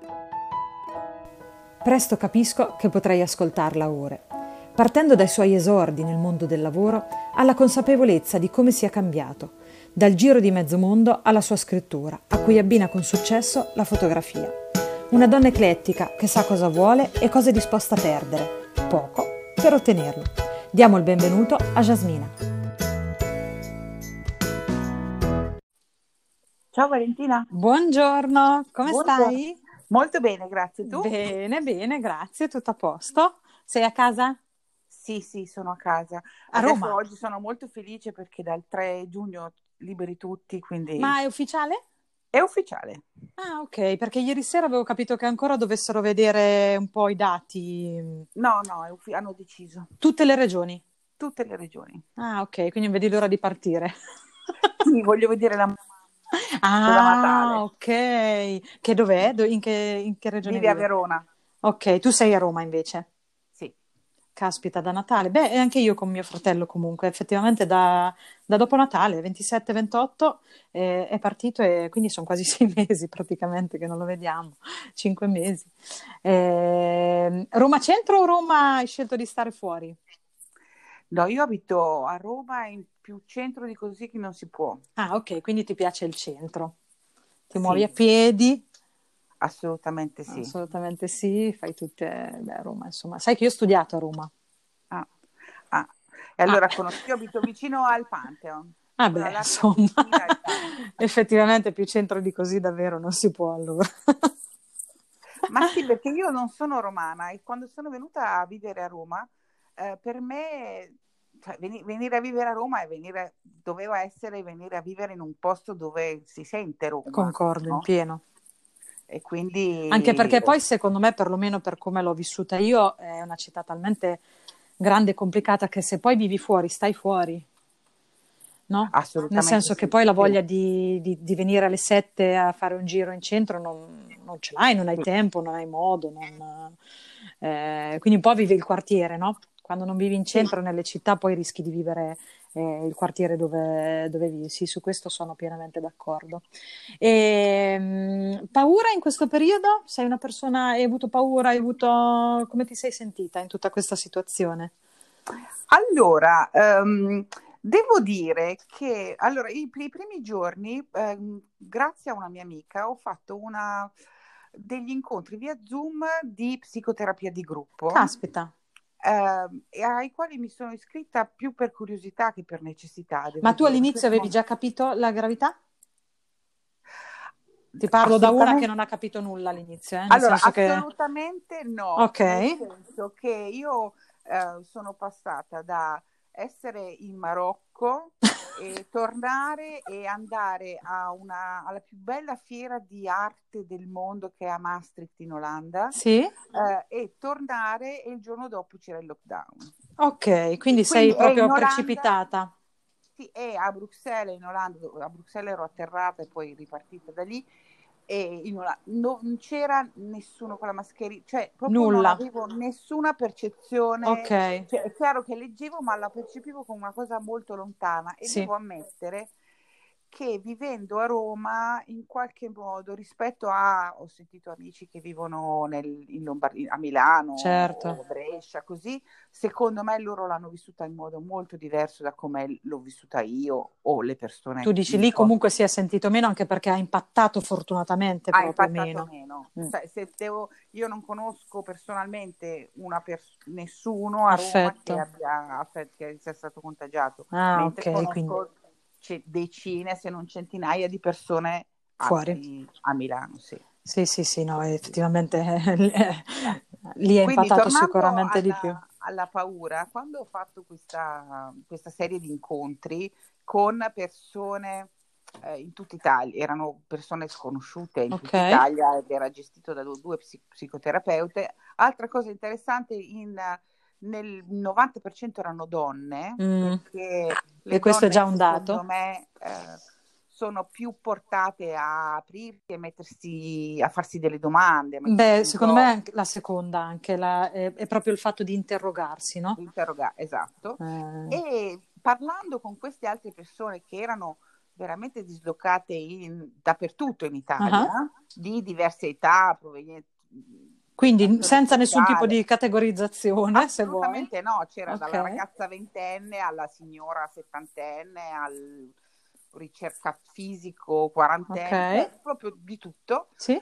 Presto capisco che potrei ascoltarla ore. Partendo dai suoi esordi nel mondo del lavoro, alla consapevolezza di come sia cambiato, dal giro di mezzo mondo alla sua scrittura, a cui abbina con successo la fotografia. Una donna eclettica che sa cosa vuole e cosa è disposta a perdere, poco, per ottenerlo. Diamo il benvenuto a Jasmina. Ciao Valentina. Buongiorno, come Buongiorno. stai? Molto bene, grazie. Tu? Bene, grazie, tutto a posto. Sei a casa? Sì, sono a casa. A Adesso Roma? oggi sono molto felice perché dal 3 giugno liberi tutti, quindi Ma è ufficiale? è ufficiale. Ah, ok, perché ieri sera avevo capito che ancora dovessero vedere un po' i dati, No, hanno deciso tutte le regioni. tutte le regioni. Ah, ok, quindi non vedi l'ora di partire. Sì, voglio vedere la della Ah, Natale. ok. Che dov'è? In che regione Vive a vive? Verona. Ok, tu sei a Roma invece. Sì. Caspita, da Natale. Beh, e anche io con mio fratello comunque, effettivamente da dopo Natale, 27-28, è partito e quindi sono quasi 6 mesi praticamente che non lo vediamo, 5 mesi. Roma centro o Roma hai scelto di stare fuori? No, io abito a Roma, in più centro di così che non si può. Ah, ok, quindi ti piace il centro. Ti muovi a Sì, piedi? assolutamente sì. Assolutamente sì, fai tutte, beh, a Roma, insomma. Sai che io ho studiato a Roma. Ah, ah. E Ah. allora io abito vicino al Pantheon, una Vabbè, larga insomma, cortina e tanto. effettivamente più centro di così davvero non si può allora. Ma sì, perché io non sono romana e quando sono venuta a vivere a Roma, per me, cioè, venire a vivere a Roma doveva essere venire a vivere in un posto dove si sente Roma, Concordo in no? pieno. E Anche quindi perché poi, secondo me, perlomeno per come l'ho vissuta io, è una città talmente grande e complicata che se poi vivi fuori, stai fuori, no? Nel assolutamente senso che sì, poi la sì, voglia di venire alle 7 a fare un giro in centro non ce l'hai, non hai sì, tempo, non hai modo, quindi un po' vivi il quartiere, no? Quando non vivi in sì. centro, nelle città, poi rischi di vivere il quartiere dove vivi. Sì, su questo sono pienamente d'accordo. Paura in questo periodo? Sei una persona, hai avuto paura, come ti sei sentita in tutta questa situazione? Allora, devo dire che allora, i primi giorni, grazie a una mia amica, ho fatto degli incontri via Zoom di psicoterapia di gruppo, Caspita, e ai quali mi sono iscritta più per curiosità che per necessità, ma devo tu dire, all'inizio perché avevi già capito la gravità? Ti parlo da una che assolutamente. non ha capito nulla all'inizio, nel Allora, senso che... assolutamente no, Ok, nel senso che io sono passata da essere in Marocco e tornare e andare alla più bella fiera di arte del mondo che è a Maastricht in Olanda, sì, e tornare e il giorno dopo c'era il lockdown. ok, E quindi quindi sei è in proprio Olanda. precipitata. Sì, è a Bruxelles, in Olanda. A Bruxelles ero atterrata e poi ripartita da lì. E non c'era nessuno con la mascherina, cioè proprio non Nulla, avevo nessuna percezione. ok, Cioè, è chiaro che leggevo, ma la percepivo come una cosa molto lontana e sì. devo ammettere che vivendo a Roma, in qualche modo, rispetto ho sentito amici che vivono in Lombardia, a Milano Certo. o a Brescia, così, secondo me loro l'hanno vissuta in modo molto diverso da come l'ho vissuta io o le Tu persone dici in lì posti. comunque si è sentito meno anche perché ha impattato fortunatamente Ha proprio impattato meno. meno. Mm. Cioè, io non conosco personalmente nessuno a Roma Affetto. che sia stato contagiato, Ah, mentre ok, quindi conosco decine, se non centinaia di persone fuori. a Milano, sì. Sì, no, effettivamente lì è Quindi impattato tornando sicuramente di più. alla paura, quando ho fatto questa serie di incontri con persone in tutta Italia, erano persone sconosciute in Ok. tutta Italia ed era gestito da due psicoterapeute. Altra cosa interessante, nel 90% erano donne, Mm. perché E le questo è già donne un secondo dato. me sono più portate a aprirsi e mettersi a farsi delle domande, a mettersi Beh, in secondo me gioco. anche la seconda, è proprio il fatto di interrogarsi, no? Esatto. Eh, E parlando con queste altre persone che erano veramente dislocate dappertutto in Italia, Ah. di diverse età, Quindi situazione senza nessun tipo sociale. di categorizzazione, se vuoi. Assolutamente no, c'era dalla Ok, ragazza ventenne alla signora settantenne, al ricerca fisico quarantenne, ok, cioè proprio di tutto, sì.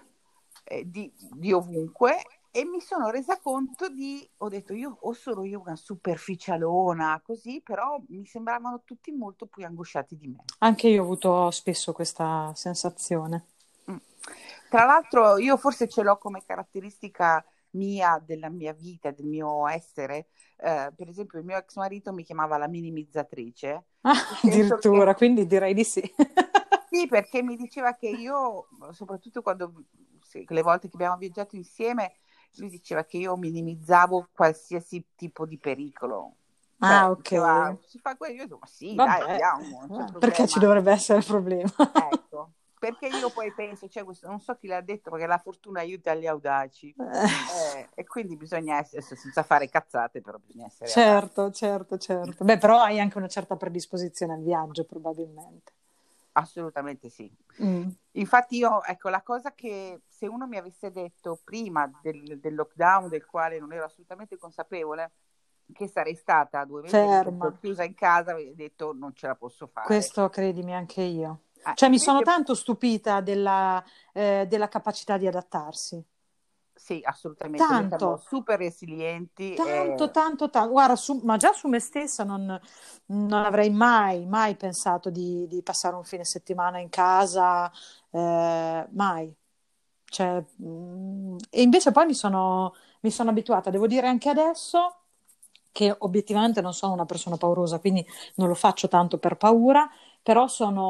di ovunque. E mi sono resa conto ho detto io o sono io una superficialona così, però mi sembravano tutti molto più angosciati di me. Anche io ho avuto spesso questa sensazione. Mm. Tra l'altro io forse ce l'ho come caratteristica mia, della mia vita, del mio essere. Per esempio il mio ex marito mi chiamava la minimizzatrice, Ah, nel senso che addirittura, quindi direi di sì. sì, perché mi diceva che io, soprattutto le volte che abbiamo viaggiato insieme, lui diceva che io minimizzavo qualsiasi tipo di pericolo. Ah, Cioè, ok. diceva, si fa quello, io dico, ma sì, dai, Vabbè, andiamo, non c'è perché ci problema. dovrebbe essere problema? Ecco, perché io poi penso, cioè, non so chi l'ha detto, perché la fortuna aiuta gli audaci. E quindi bisogna essere, senza fare cazzate, però bisogna essere audaci. Certo, certo, certo. Beh, però hai anche una certa predisposizione al viaggio, probabilmente. Assolutamente sì. Mm. Infatti io, ecco, la cosa che se uno mi avesse detto prima del lockdown, del quale non ero assolutamente consapevole, che sarei stata 2 mesi e mezzo Ferma. chiusa in casa, avrei detto non ce la posso fare. Questo credimi anche io. Cioè, mi sono Invece tanto stupita della capacità di adattarsi. sì, assolutamente, noi siamo Tanto. super resilienti Tanto, e tanto, tanto. Guarda, ma già su me stessa non avrei mai, mai pensato di passare un fine settimana in casa, mai. Cioè, e invece poi mi sono abituata. Devo dire anche adesso che obiettivamente non sono una persona paurosa, quindi non lo faccio tanto per paura, però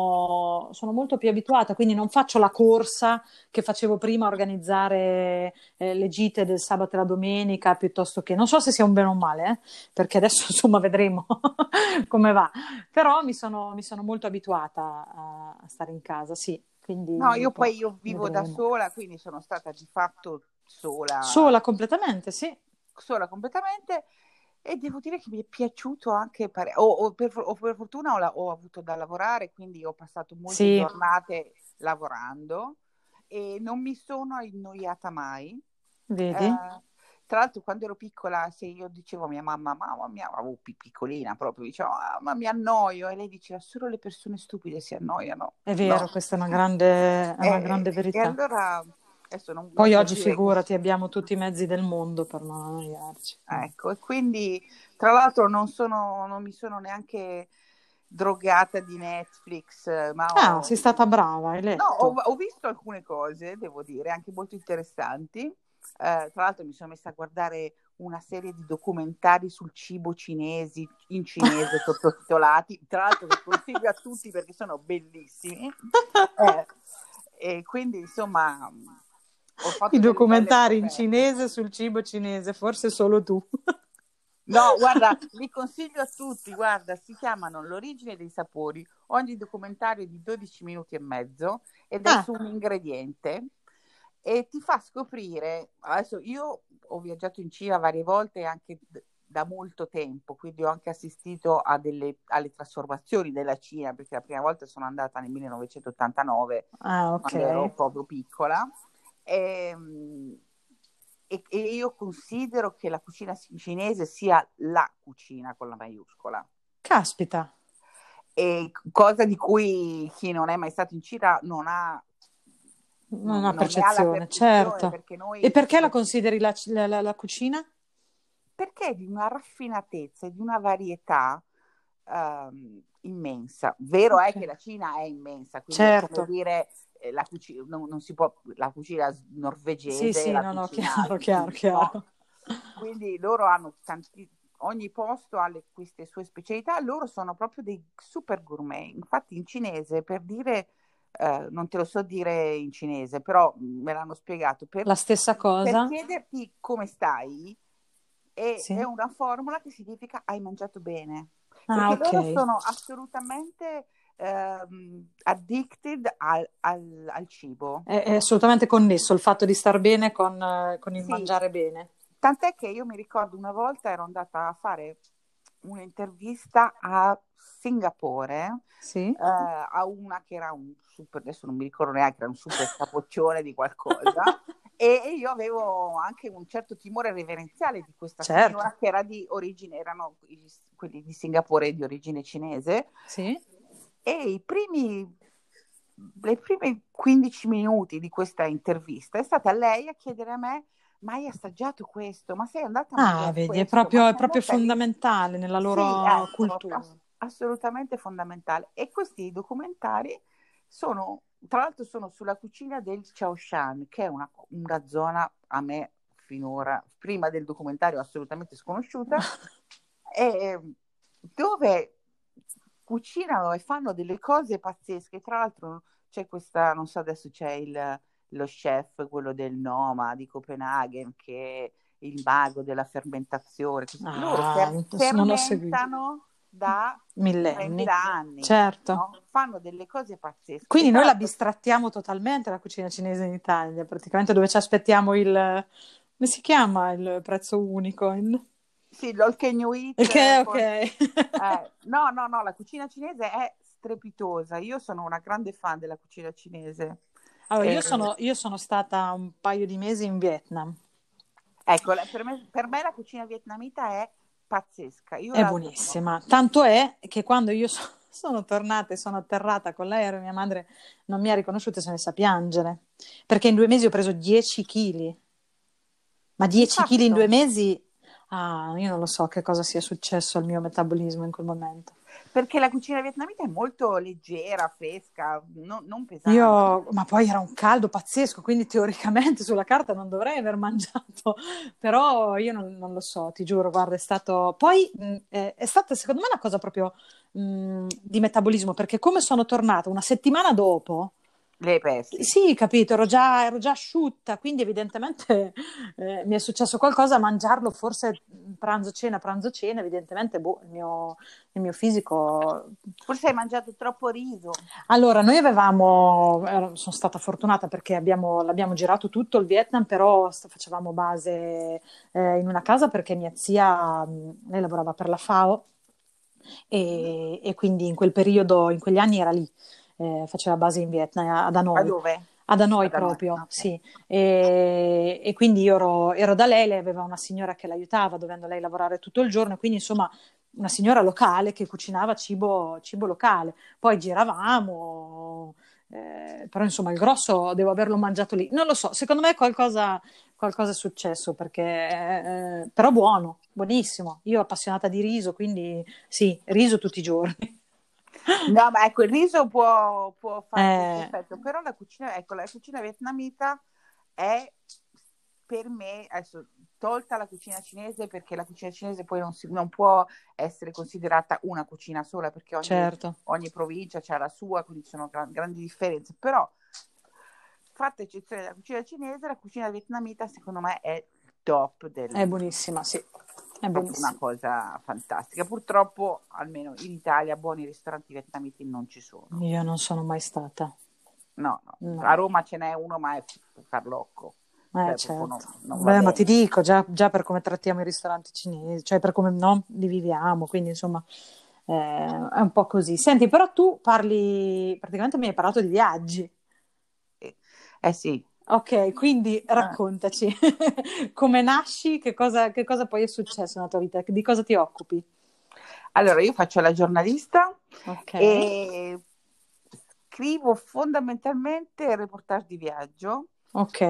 sono molto più abituata, quindi non faccio la corsa che facevo prima a organizzare le gite del sabato e la domenica, piuttosto che, non so se sia un bene o un male, perché adesso insomma vedremo come va, però mi sono molto abituata a stare in casa, sì, no, quindi io poi poi io vivo da vedremo. sola, quindi sono stata di fatto sola, Sola completamente, sì, sola completamente e devo dire che mi è piaciuto anche, o per fortuna ho avuto da lavorare, quindi ho passato molte sì, giornate lavorando e non mi sono annoiata mai. vedi? Tra l'altro quando ero piccola, se io dicevo a mia mamma mia, avevo piccolina proprio, dicevo, ma mi annoio, e lei diceva, solo le persone stupide si annoiano. È No. vero, questa è una grande E verità. allora, adesso non Poi per oggi dire che figurati, abbiamo tutti i mezzi del mondo per non annoiarci. ecco, e quindi tra l'altro non mi sono neanche drogata di Netflix, ma Ah, sei stata brava, hai no, ho, letto. ho visto alcune cose, devo dire, anche molto interessanti. Tra l'altro mi sono messa a guardare una serie di documentari sul cibo cinesi, in cinese, sottotitolati, tra l'altro che consiglio a tutti perché sono bellissimi. Eh, e quindi, insomma, ho I fatto delle belle documentari in scoperte. cinese sul cibo cinese, forse solo tu. No, guarda, li consiglio a tutti, guarda, si chiamano L'origine dei sapori, ogni documentario è di 12 minuti e mezzo ed è Ah, su un ingrediente e ti fa scoprire, adesso io ho viaggiato in Cina varie volte anche da molto tempo, quindi ho anche assistito alle trasformazioni della Cina, perché la prima volta sono andata nel 1989, ah, ok. quando ero proprio piccola. Ehm, e io considero che la cucina cinese sia la cucina con la maiuscola. Caspita, E cosa di cui chi non è mai stato in Cina una non ne ha la percezione, percezione, certo. perché E noi, perché la consideri la cucina? perché è di una raffinatezza e di una varietà immensa. Vero è Ok, che la Cina è immensa, quindi è come certo. dire la cucina, non si può, la cucina Sì, norvegese e sì, la no, no, cucina, chiaro, chiaro, no? chiaro. Quindi loro hanno ogni posto ha queste sue specialità, loro sono proprio dei super gourmet. Infatti in cinese, per dire, non te lo so dire in cinese, però me l'hanno spiegato, La stessa per cosa? chiederti come stai, è Sì. una formula che significa hai mangiato bene, Ah, perché ok. loro sono assolutamente addicted al cibo. È assolutamente connesso il fatto di star bene con il Sì, mangiare bene. tant'è che io mi ricordo una volta ero andata a fare un'intervista a Singapore, Sì? a una che era un super, adesso non mi ricordo neanche, era un super capoccione di qualcosa, e io avevo anche un certo timore reverenziale di questa Certo. signora che era di origine, erano quelli di Singapore di origine cinese, Sì? e le prime 15 minuti di questa intervista è stata lei a chiedere a me: ma hai assaggiato questo? Ma sei andata a Ah, mangiare vedi, questo? Ma è sei proprio andata lì? fondamentale nella Sì, loro ecco, cultura. assolutamente fondamentale. E questi documentari sono, tra l'altro, sono sulla cucina del Chaoshan, che è una zona a me finora, prima del documentario, assolutamente sconosciuta, e dove cucinano e fanno delle cose pazzesche. Tra l'altro c'è questa, non so, adesso c'è lo chef, quello del Noma di Copenaghen, che è il mago della fermentazione. Loro Ah, non l'ho seguito. fermentano da Millenni. 3000 anni, Certo. no? Fanno delle cose pazzesche. E Quindi tra noi la l'altro, bistrattiamo totalmente la cucina cinese in Italia, praticamente dove ci aspettiamo come si chiama il prezzo unico? sì, l'all can you eat, Il che è con, ok. no, no, no, la cucina cinese è strepitosa. Io sono una grande fan della cucina cinese. Allora, Eh, io sono stata un paio di mesi in Vietnam. ecco, per me la cucina vietnamita è pazzesca, io È la adoro. buonissima. Tanto è che quando io sono tornata e sono atterrata con l'aereo, mia madre non mi ha riconosciuta e si è messa a piangere. Perché in 2 mesi ho preso 10 kg. Ma Di 10 kg in due fatto, mesi? Ah, io non lo so che cosa sia successo al mio metabolismo in quel momento. perché la cucina vietnamita è molto leggera, fresca, non pesante. Ma poi era un caldo pazzesco, quindi teoricamente sulla carta non dovrei aver mangiato, però io non lo so, ti giuro, guarda, è stato. Poi è stata secondo me una cosa proprio di metabolismo, perché come sono tornata una settimana dopo, Le persi. sì, capito, ero già asciutta, quindi evidentemente mi è successo qualcosa a mangiarlo, forse pranzo, cena, evidentemente boh, il mio fisico. Forse hai mangiato troppo riso. Allora, noi sono stata fortunata perché l'abbiamo girato tutto il Vietnam, però facevamo base in una casa perché mia zia, lei lavorava per la FAO Mhm. e quindi in quel periodo, in quegli anni era lì, faceva base in Vietnam, ad A Hanoi. dove? Ad Hanoi Da noi. proprio, Ok. sì. E quindi io ero da lei aveva una signora che l'aiutava, dovendo lei lavorare tutto il giorno, e quindi insomma una signora locale che cucinava cibo locale. Poi giravamo, però insomma il grosso devo averlo mangiato lì. Non lo so, secondo me qualcosa è successo perché, però buono, buonissimo. Io appassionata di riso, quindi sì, riso tutti i giorni. No, ma ecco, il riso può fare questo Eh, effetto, però ecco, la cucina vietnamita è per me, adesso tolta la cucina cinese, perché la cucina cinese poi non può essere considerata una cucina sola, perché certo, ogni provincia ha la sua, quindi ci sono grandi differenze, però fatta eccezione della cucina cinese, la cucina vietnamita secondo me è top è buonissima, sì, è proprio una buonissima. cosa fantastica. Purtroppo, almeno in Italia, buoni ristoranti vietnamiti non ci sono. Io non sono mai stata, No, no. A no. Roma ce n'è uno, ma è farlocco. Cioè, proprio Certo. non va Beh, ma ti bene. dico, già per come trattiamo i ristoranti cinesi, cioè per come no, li viviamo, quindi insomma è un po' così. Senti, però tu praticamente mi hai parlato di viaggi. Eh sì. Ok, quindi Eh. raccontaci come nasci, che cosa poi è successo nella tua vita, di cosa ti occupi? Allora, io faccio la giornalista Ok, e scrivo fondamentalmente reportage di viaggio, ok,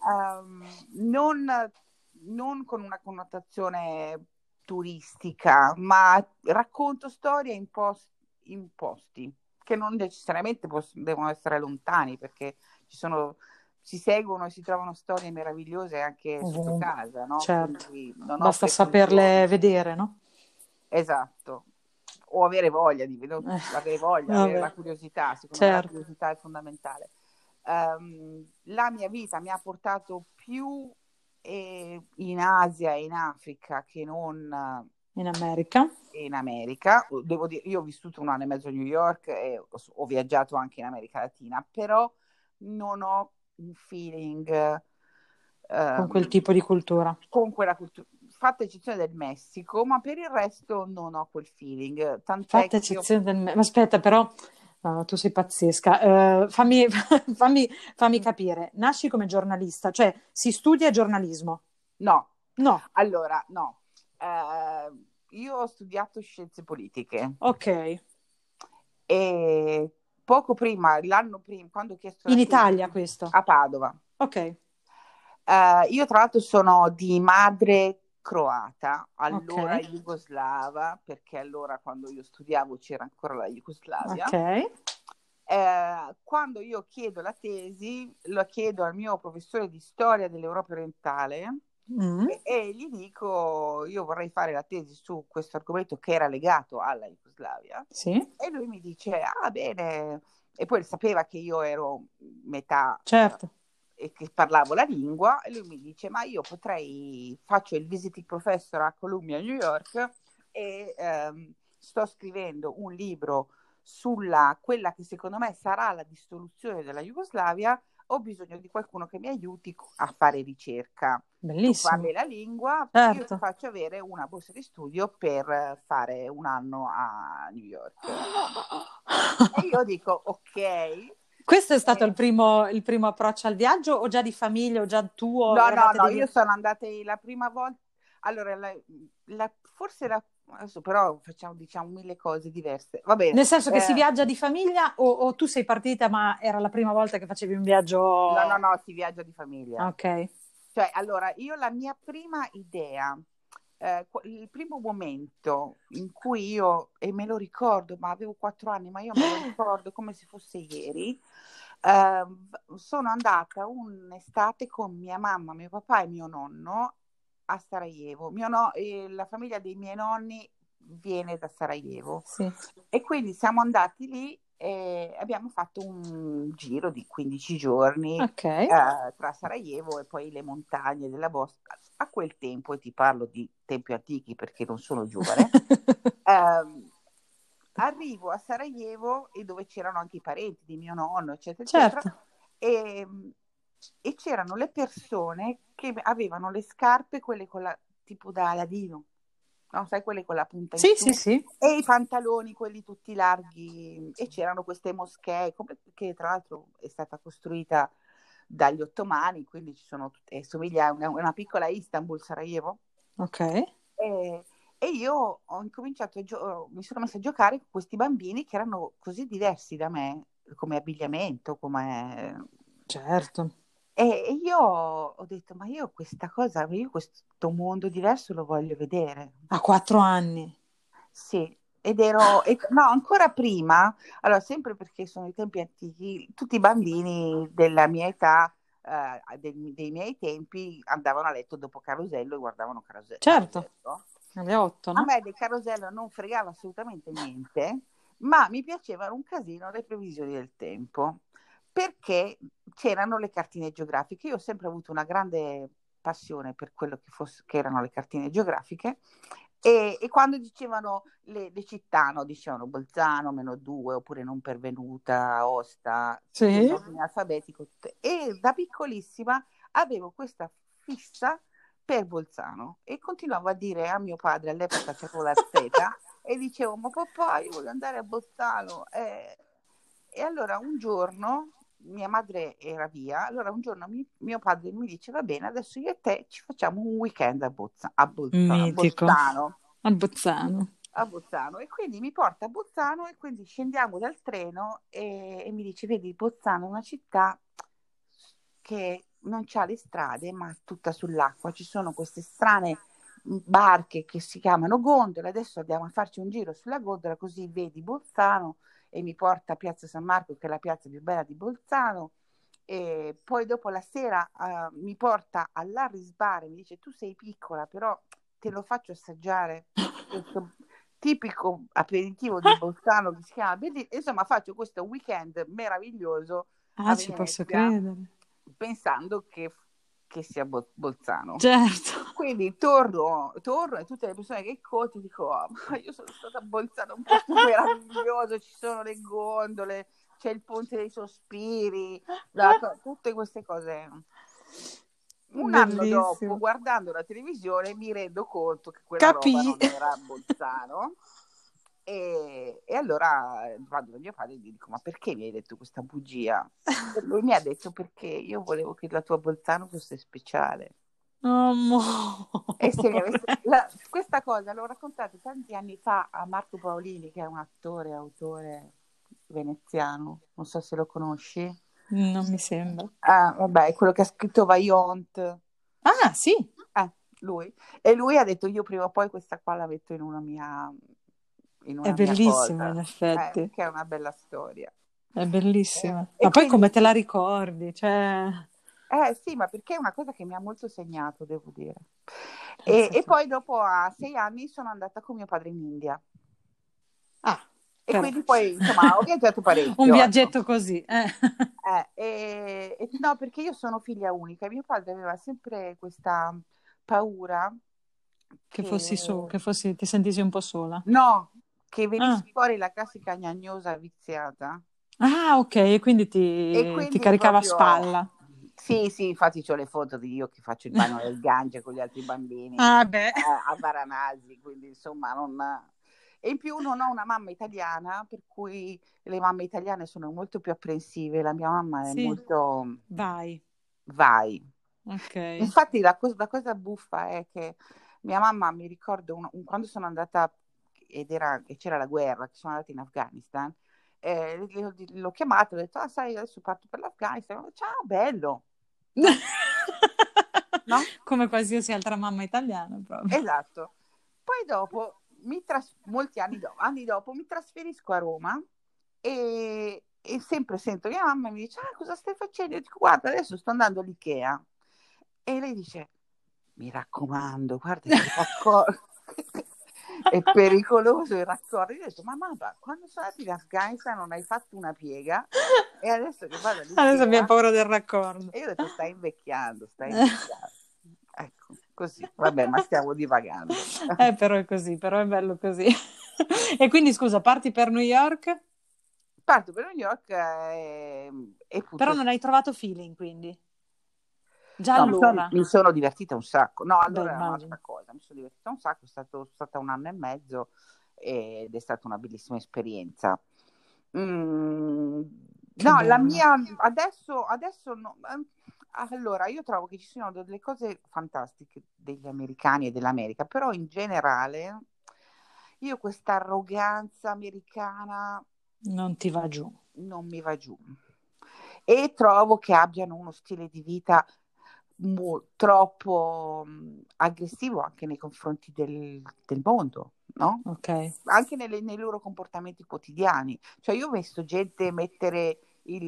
non con una connotazione turistica, ma racconto storie in posti che non necessariamente devono essere lontani, perché si seguono e si trovano storie meravigliose anche sotto ovunque, casa, no? certo. Quindi non ho Basta preclusioni. saperle vedere, no? Esatto. O avere voglia avere voglia, avere Vabbè, la curiosità. Secondo me la certo. curiosità è fondamentale. La mia vita mi ha portato più in Asia e in Africa che non In America? in America. Devo dire, io ho vissuto 1 anno e mezzo a New York e ho viaggiato anche in America Latina, però non ho un feeling Con quel tipo di cultura. con quella cultura. fatta eccezione del Messico, ma per il resto non ho quel feeling. Tant'è Fatta che io eccezione del... Ma aspetta, però, no, tu sei pazzesca. Fammi, fammi capire. Nasci come giornalista, cioè si studia giornalismo? no. No. Allora, no. Io ho studiato scienze politiche Ok. e poco prima, l'anno prima, quando ho chiesto In la tesi Italia questo? a Padova. Ok, Io tra l'altro sono di madre croata, ok, allora jugoslava, perché allora quando io studiavo c'era ancora la Jugoslavia. ok. Quando io chiedo la tesi, lo chiedo al mio professore di storia dell'Europa orientale Mm, e gli dico, io vorrei fare la tesi su questo argomento che era legato alla Jugoslavia, sì, e lui mi dice, ah bene, e poi sapeva che io ero metà certo. e che parlavo la lingua, e lui mi dice, ma io potrei, faccio il visiting professor a Columbia, New York, e sto scrivendo un libro sulla quella che secondo me sarà la dissoluzione della Jugoslavia, ho bisogno di qualcuno che mi aiuti a fare ricerca. Tu parli Bellissimo, la lingua, io ti certo. faccio avere una borsa di studio per fare un anno a New York. E io dico, ok. Questo è stato il primo approccio al viaggio o già di famiglia o già tuo? No, no, Eravate no, degli... io sono andata la prima volta, allora, forse adesso però facciamo, diciamo, mille cose diverse. Va bene. Nel senso che si viaggia di famiglia o tu sei partita ma era la prima volta che facevi un No, no, viaggio... no, si viaggia di famiglia. Ok, Cioè, allora, io la mia prima idea, il primo momento in cui io, e me lo ricordo, ma avevo 4 anni, ma io me lo ricordo come se fosse ieri, sono andata un'estate con mia mamma, mio papà e mio nonno a Sarajevo. La famiglia dei miei nonni viene da Sarajevo sì, e quindi siamo andati lì e abbiamo fatto un giro di 15 giorni ok, tra Sarajevo e poi le montagne della Bosnia. A quel tempo, e ti parlo di tempi antichi perché non sono giovane, ehm, arrivo a Sarajevo e dove c'erano anche i parenti di mio nonno, eccetera, eccetera, certo. e, e c'erano le persone che avevano le scarpe, quelle con la, tipo da Aladino, no? Sai, quelle con la punta in Sì, sì, su, sì, e i pantaloni, quelli tutti larghi, e c'erano queste moschee, che tra l'altro è stata costruita dagli ottomani, quindi ci sono somiglia a una piccola Istanbul, Sarajevo. ok. E, e io ho incominciato mi sono messa a giocare con questi bambini che erano così diversi da me, come abbigliamento, come... Certo, E io ho detto, ma io questa cosa, io questo mondo diverso lo voglio vedere. a 4 anni. Sì, no, ancora prima, allora sempre perché sono i tempi antichi, tutti i bambini della mia età, dei miei tempi, andavano a letto dopo Carosello e guardavano Certo, Carosello. alle 8, A no? me del Carosello non fregava assolutamente niente, ma mi piacevano un casino le previsioni del tempo, perché c'erano le cartine geografiche. Io ho sempre avuto una grande passione per quello che erano le cartine geografiche e quando dicevano le città, no, dicevano Bolzano, -2, oppure non pervenuta, Osta, tutto in Sì. ordine alfabetico. E da piccolissima avevo questa fissa per Bolzano e continuavo a dire a mio padre, all'epoca c'avevo la Z, e dicevo, ma papà, io voglio andare a Bolzano. E allora un giorno, mia madre era via, allora un giorno mio padre mi dice, va bene, adesso io e te ci facciamo un weekend a Mitico. Bolzano. A Bolzano. A Bolzano, e quindi mi porta a Bolzano e quindi scendiamo dal treno e mi dice, vedi, Bolzano è una città che non ha le strade ma tutta sull'acqua, ci sono queste strane barche che si chiamano gondole, adesso andiamo a farci un giro sulla gondola così vedi Bolzano, e mi porta a Piazza San Marco che è la piazza più bella di Bolzano, e poi dopo la sera mi porta all'Arrisbare, mi dice tu sei piccola però te lo faccio assaggiare questo tipico aperitivo di Bolzano che si chiama insomma faccio questo weekend meraviglioso Ah, a ci posso Venezia credere. pensando che sia Bolzano. Certo. Quindi torno e tutte le persone che incontro dico, oh, ma io sono stata a Bolzano, un posto meraviglioso, ci sono le gondole, c'è il Ponte dei Sospiri, tutte queste cose Un anno dopo, Bellissimo. guardando la televisione, mi rendo conto che quella roba Capì. non era a Bolzano. E allora vado da mio padre e gli dico: ma perché mi hai detto questa bugia? E lui mi ha detto: perché io volevo che la tua Bolzano fosse speciale. E se mi avesse... questa cosa l'ho raccontata tanti anni fa a Marco Paolini, che è un attore, autore veneziano, non so se lo conosci. Non mi sembra. Ah, vabbè, è quello che ha scritto Vaillant. Ah, sì, Lui. E lui ha detto: io prima o poi questa qua la metto in è una mia bellissima in cosa, effetti, che è una bella storia. è bellissima. E Ma poi quindi, come te la ricordi? Cioè, sì, ma perché è una cosa che mi ha molto segnato, devo dire. pensa E te. poi dopo, a 6 anni, sono andata con mio padre in India. Ah, E però. quindi poi, insomma, ho viaggiato Un parecchio, ecco. viaggetto così, eh. No, perché io sono figlia unica e mio padre aveva sempre questa paura Che che, fossi su, che fossi, ti sentissi un po' sola. no, che venisse Ah, fuori la classica gnagnosa viziata. ah, ok, quindi E ti quindi caricava a proprio, spalla. sì, sì, infatti ho le foto di io che faccio il bagno del Gange con gli altri bambini Ah, beh. a Varanasi, quindi insomma non... E in più non ho una mamma italiana, per cui le mamme italiane sono molto più apprensive, la mia mamma è Sì, molto vai. vai. Ok. Infatti la cosa buffa è che mia mamma, mi ricordo quando sono andata e c'era la guerra, che sono andata in Afghanistan, l'ho chiamato, ho detto: ah, sai, adesso parto per l'Afghanistan. Ciao, bello, no? No? Come qualsiasi altra mamma italiana, proprio. Esatto. Poi dopo, anni dopo, mi trasferisco a Roma e sempre sento mia mamma e mi dice: ah, cosa stai facendo? Io dico: guarda, adesso sto andando all'Ikea. E lei dice: mi raccomando, guarda che è pericoloso il raccordo. Io ho detto: ma mamma, quando sono andata in Afghanistan non hai fatto una piega e adesso che vado Adesso abbiamo all'Ikea? paura del raccordo. E io ho detto: stai invecchiando, stai invecchiando. Ecco, così. Vabbè, ma stiamo divagando. Però è così, però è bello così. E quindi scusa, parti per New York, Parto per New York e però appunto... non hai trovato feeling, quindi. Già No, allora. mi sono divertita un sacco. No, Beh, allora era immagino. un'altra cosa. Mi sono divertita un sacco, sono stata un anno e mezzo ed è stata una bellissima esperienza. Mm, Che no, la bello. mia adesso no. Allora, io trovo che ci siano delle cose fantastiche degli americani e dell'America, però in generale io questa arroganza americana Non ti va giù. non mi va giù. E trovo che abbiano uno stile di vita troppo aggressivo anche nei confronti del mondo, no? Ok. Anche nei loro comportamenti quotidiani. Cioè, io ho visto gente mettere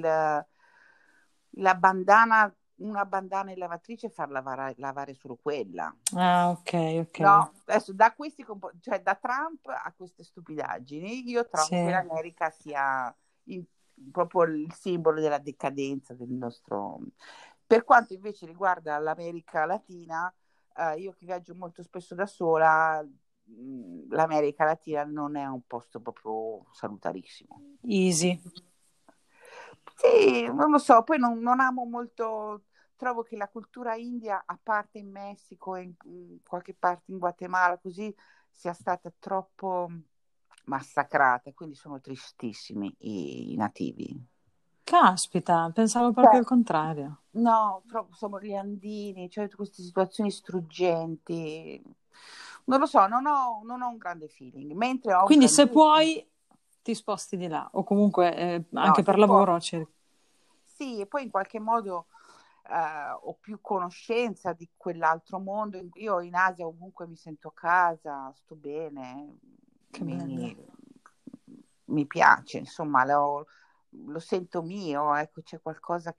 la bandana, una bandana in lavatrice e far lavare solo quella. Ah, ok, ok. No, adesso cioè da Trump a queste stupidaggini, io trovo che Sì. l'America sia il- proprio il simbolo della decadenza del nostro. Per quanto invece riguarda l'America Latina, io che viaggio molto spesso da sola, l'America Latina non è un posto proprio salutarissimo. Easy. Sì, non lo so, poi non amo molto, trovo che la cultura india, a parte in Messico e in qualche parte in Guatemala, così sia stata troppo massacrata, quindi sono tristissimi i nativi. Caspita, pensavo proprio Cioè, il contrario. no, proprio sono gli andini, cioè queste situazioni struggenti. Non lo so, non ho un grande feeling, mentre ho un Quindi se grandissimo. puoi ti sposti di là o comunque No, anche se per può. lavoro cerchi. Sì, e poi in qualche modo ho più conoscenza di quell'altro mondo. Io in Asia ovunque mi sento a casa, sto bene, Che bello. mi, mi piace, insomma, lo sento mio, ecco, c'è qualcosa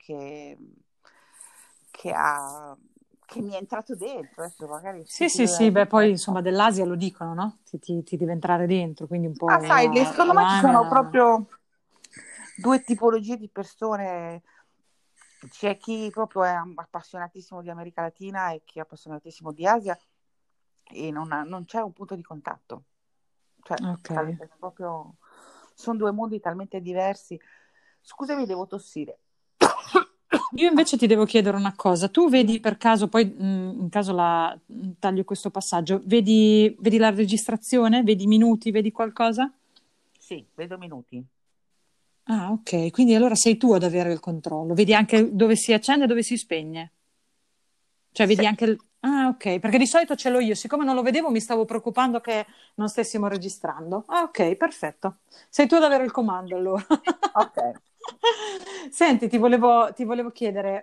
che ha, che mi è entrato dentro, adesso magari è Sì, sì, stupido da sì, beh, dire. poi insomma dell'Asia lo dicono, no? Ti deve entrare dentro, quindi un Ah, sai, po' secondo me ci sono l'anima. proprio due tipologie di persone. C'è chi proprio è appassionatissimo di America Latina e chi è appassionatissimo di Asia e non c'è un punto di contatto. Cioè, Ok. proprio, sono due mondi talmente diversi. Scusami, devo tossire. Io invece ti devo chiedere una cosa. Tu vedi per caso, poi in caso taglio questo passaggio, vedi la registrazione? Vedi i minuti? Vedi qualcosa? Sì, vedo minuti. Ah, ok. Quindi allora sei tu ad avere il controllo. Vedi anche dove si accende e dove si spegne. Cioè Sì. vedi anche il... Ah, ok. Perché di solito ce l'ho io. Siccome non lo vedevo, mi stavo preoccupando che non stessimo registrando. Ah, ok, perfetto. Sei tu ad avere il comando allora. Ok. Senti, ti volevo chiedere,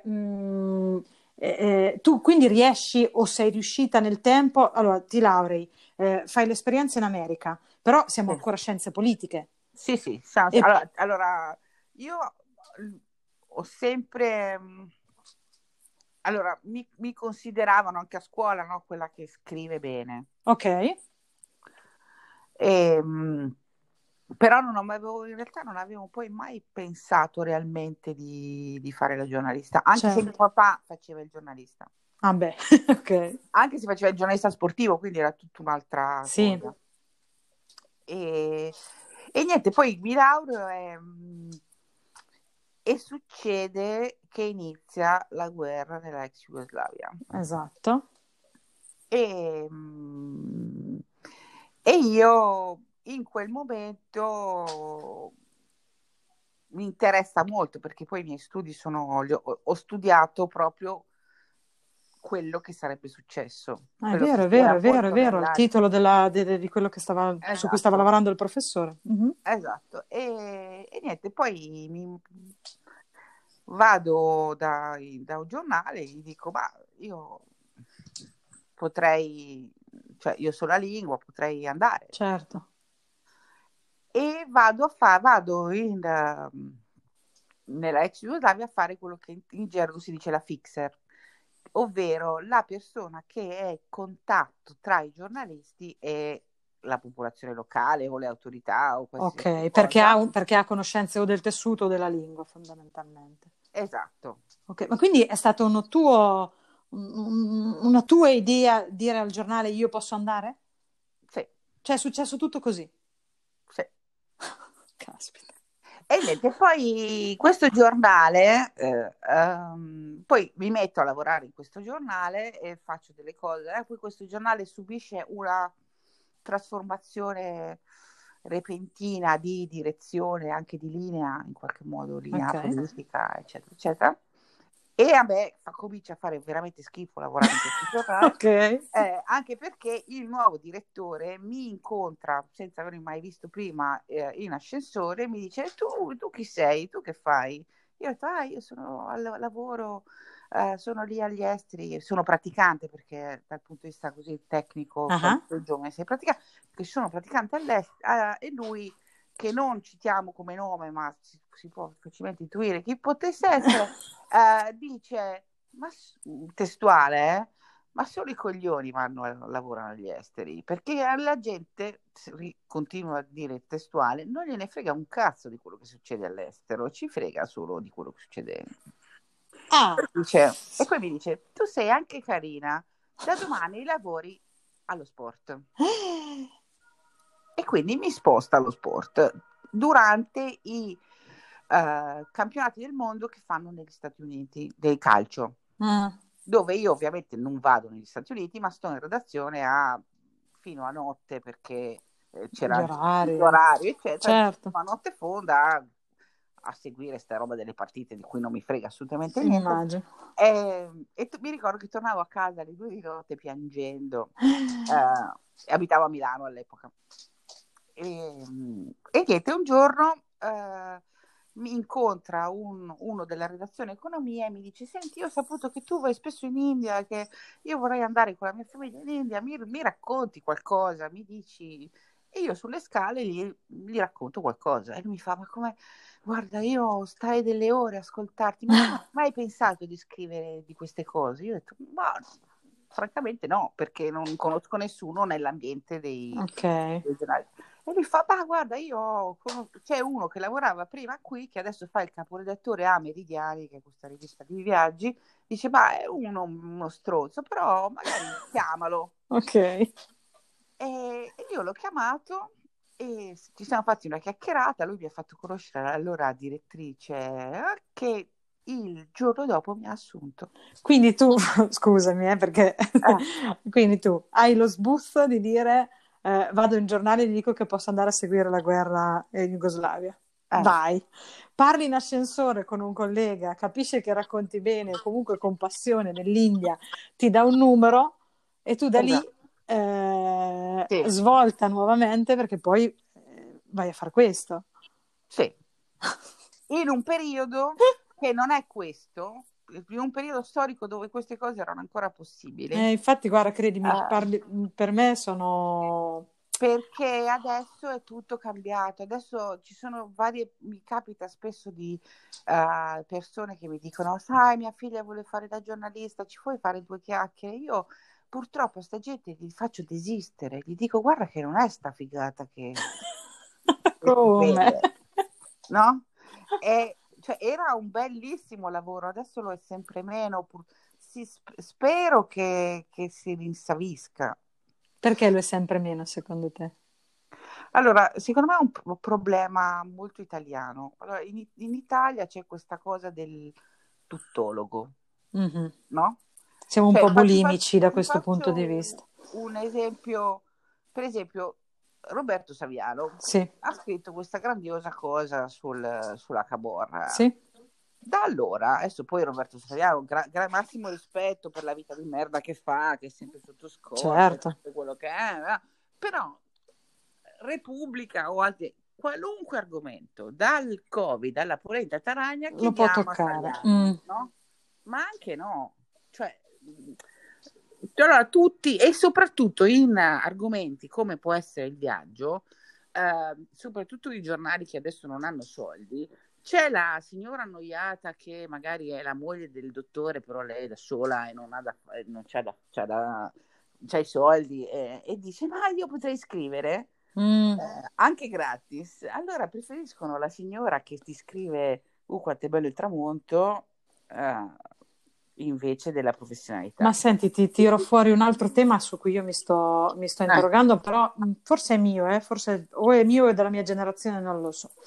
tu quindi riesci o sei riuscita nel tempo, allora ti laurei, fai l'esperienza in America, però siamo Sì, ancora scienze politiche. sì, sì. E, Allora, io ho sempre... allora, mi consideravano anche a scuola, no, quella che scrive bene. ok, E, però in realtà non avevo poi mai pensato realmente di fare la giornalista, anche se mio certo. papà faceva il giornalista, Ah beh, ok, anche se faceva il giornalista sportivo, quindi era tutta un'altra sì, cosa. E niente, poi mi laureo e succede che inizia la guerra nella ex Jugoslavia. esatto, E, mm, e io in quel momento mi interessa molto perché poi i miei studi ho studiato proprio quello che sarebbe successo, ah, è quello vero, che è era vero, è vero, è molto vero, il nella... titolo di quello su cui stava Esatto, lavorando il professore. Mhm. esatto. E niente, poi vado da un giornale e gli dico, ma io potrei, cioè io so la lingua, potrei andare. Certo, E vado nella ex Jugoslavia a fare quello che in gergo si dice la fixer, ovvero la persona che è contatto tra i giornalisti e la popolazione locale o le autorità o qualsiasi ok, cosa. perché ha conoscenze o del tessuto o della lingua fondamentalmente. Esatto, Ok, ma quindi è stato una tua idea dire al giornale io posso andare? sì, Cioè è successo tutto così? sì. Caspita. E niente, poi questo giornale, poi mi metto a lavorare in questo giornale e faccio delle cose, poi questo giornale subisce una trasformazione repentina di direzione, anche di linea, in qualche modo linea Ok, politica, eccetera, eccetera. E a me comincia a fare veramente schifo lavorare in questo giornale, ok. anche perché il nuovo direttore mi incontra senza avermi mai visto prima in ascensore e mi dice: tu chi sei? Tu che fai? Io ho detto: io sono al lavoro, sono lì agli esteri, sono praticante perché dal punto di vista così tecnico, quando Ah, sei giovane sei praticante, che sono praticante all'estero, e lui, che non citiamo come nome, ma si può facilmente intuire chi potesse essere, dice, testuale, ma solo i coglioni lavorano agli esteri, perché alla gente, continua a dire testuale, non gliene frega un cazzo di quello che succede all'estero, ci frega solo di quello che succede. ah. E poi mi dice, tu sei anche carina, da domani lavori allo sport. E quindi mi sposta allo sport durante i campionati del mondo che fanno negli Stati Uniti del calcio, Ah, dove io ovviamente non vado negli Stati Uniti, ma sto in redazione fino a notte perché gli c'era orari, l'orario, eccetera, certo, a notte fonda a seguire sta roba delle partite di cui non mi frega assolutamente niente. immagino. Mi ricordo che tornavo a casa alle 2 di notte piangendo, abitavo a Milano all'epoca. E niente, un giorno mi incontra uno della redazione economia e mi dice: Senti, io ho saputo che tu vai spesso in India, che io vorrei andare con la mia famiglia in India, mi racconti qualcosa, mi dici. E io sulle scale gli racconto qualcosa e lui mi fa: Ma come? Guarda, io stai delle ore a ascoltarti, ma tu non hai mai pensato di scrivere di queste cose? Io ho detto: Ma francamente no, perché non conosco nessuno nell'ambiente Ok. dei giornali. E lui fa: Ma guarda, c'è uno che lavorava prima qui, che adesso fa il caporedattore a Meridiani, che è questa rivista di viaggi. Dice: Ma è uno stronzo, però magari chiamalo. Ok. E io l'ho chiamato e ci siamo fatti una chiacchierata. Lui mi ha fatto conoscere l'allora direttrice, che il giorno dopo mi ha assunto. Quindi tu, scusami, perché Eh, quindi tu hai lo sbuzzo di dire vado in giornale e gli dico che posso andare a seguire la guerra in Jugoslavia. eh, Vai, parli in ascensore con un collega, capisce che racconti bene, o comunque con passione dell'India, ti dà un numero e tu da lì esatto. Sì, svolta nuovamente perché poi vai a fare questo. sì. In un periodo che non è questo, in un periodo storico dove queste cose erano ancora possibili. Infatti, guarda, credimi, Eh, per me sono... Perché adesso è tutto cambiato, adesso ci sono varie, mi capita spesso di persone che mi dicono, sai, mia figlia vuole fare da giornalista, ci puoi fare due chiacchiere? Io purtroppo a sta gente gli faccio desistere, gli dico, guarda che non è sta figata che si Come? vede, no? Cioè, era un bellissimo lavoro, adesso lo è sempre meno, spero che si rinsavisca. Perché lo è sempre meno, secondo te? Allora, secondo me è un problema molto italiano. Allora, in Italia c'è questa cosa del tuttologo, Mhm. no? Siamo un Cioè, po' bulimici da ti questo punto faccio di vista. un esempio. Per esempio, Roberto Saviano Sì, ha scritto questa grandiosa cosa sulla Camorra. sì, Da allora, adesso poi Roberto Saviano, massimo rispetto per la vita di merda che fa, che è sempre sotto scorta, e certo. tutto quello che è, però Repubblica o altri, qualunque argomento, dal Covid alla polenta taragna, Lo può chiediamo a toccare. Saviano, no? Ma anche no, cioè, allora tutti, e soprattutto in argomenti come può essere il viaggio, soprattutto i giornali che adesso non hanno soldi, c'è la signora annoiata che magari è la moglie del dottore, però lei è da sola e non c'ha i soldi e dice, ma io potrei scrivere Mm. anche gratis. Allora preferiscono la signora che ti scrive, quanto è bello il tramonto, invece della Ma professionalità. senti, ti tiro fuori un altro tema su cui io mi sto Eh, interrogando, però forse è mio, forse o è mio o è della mia generazione, non lo so.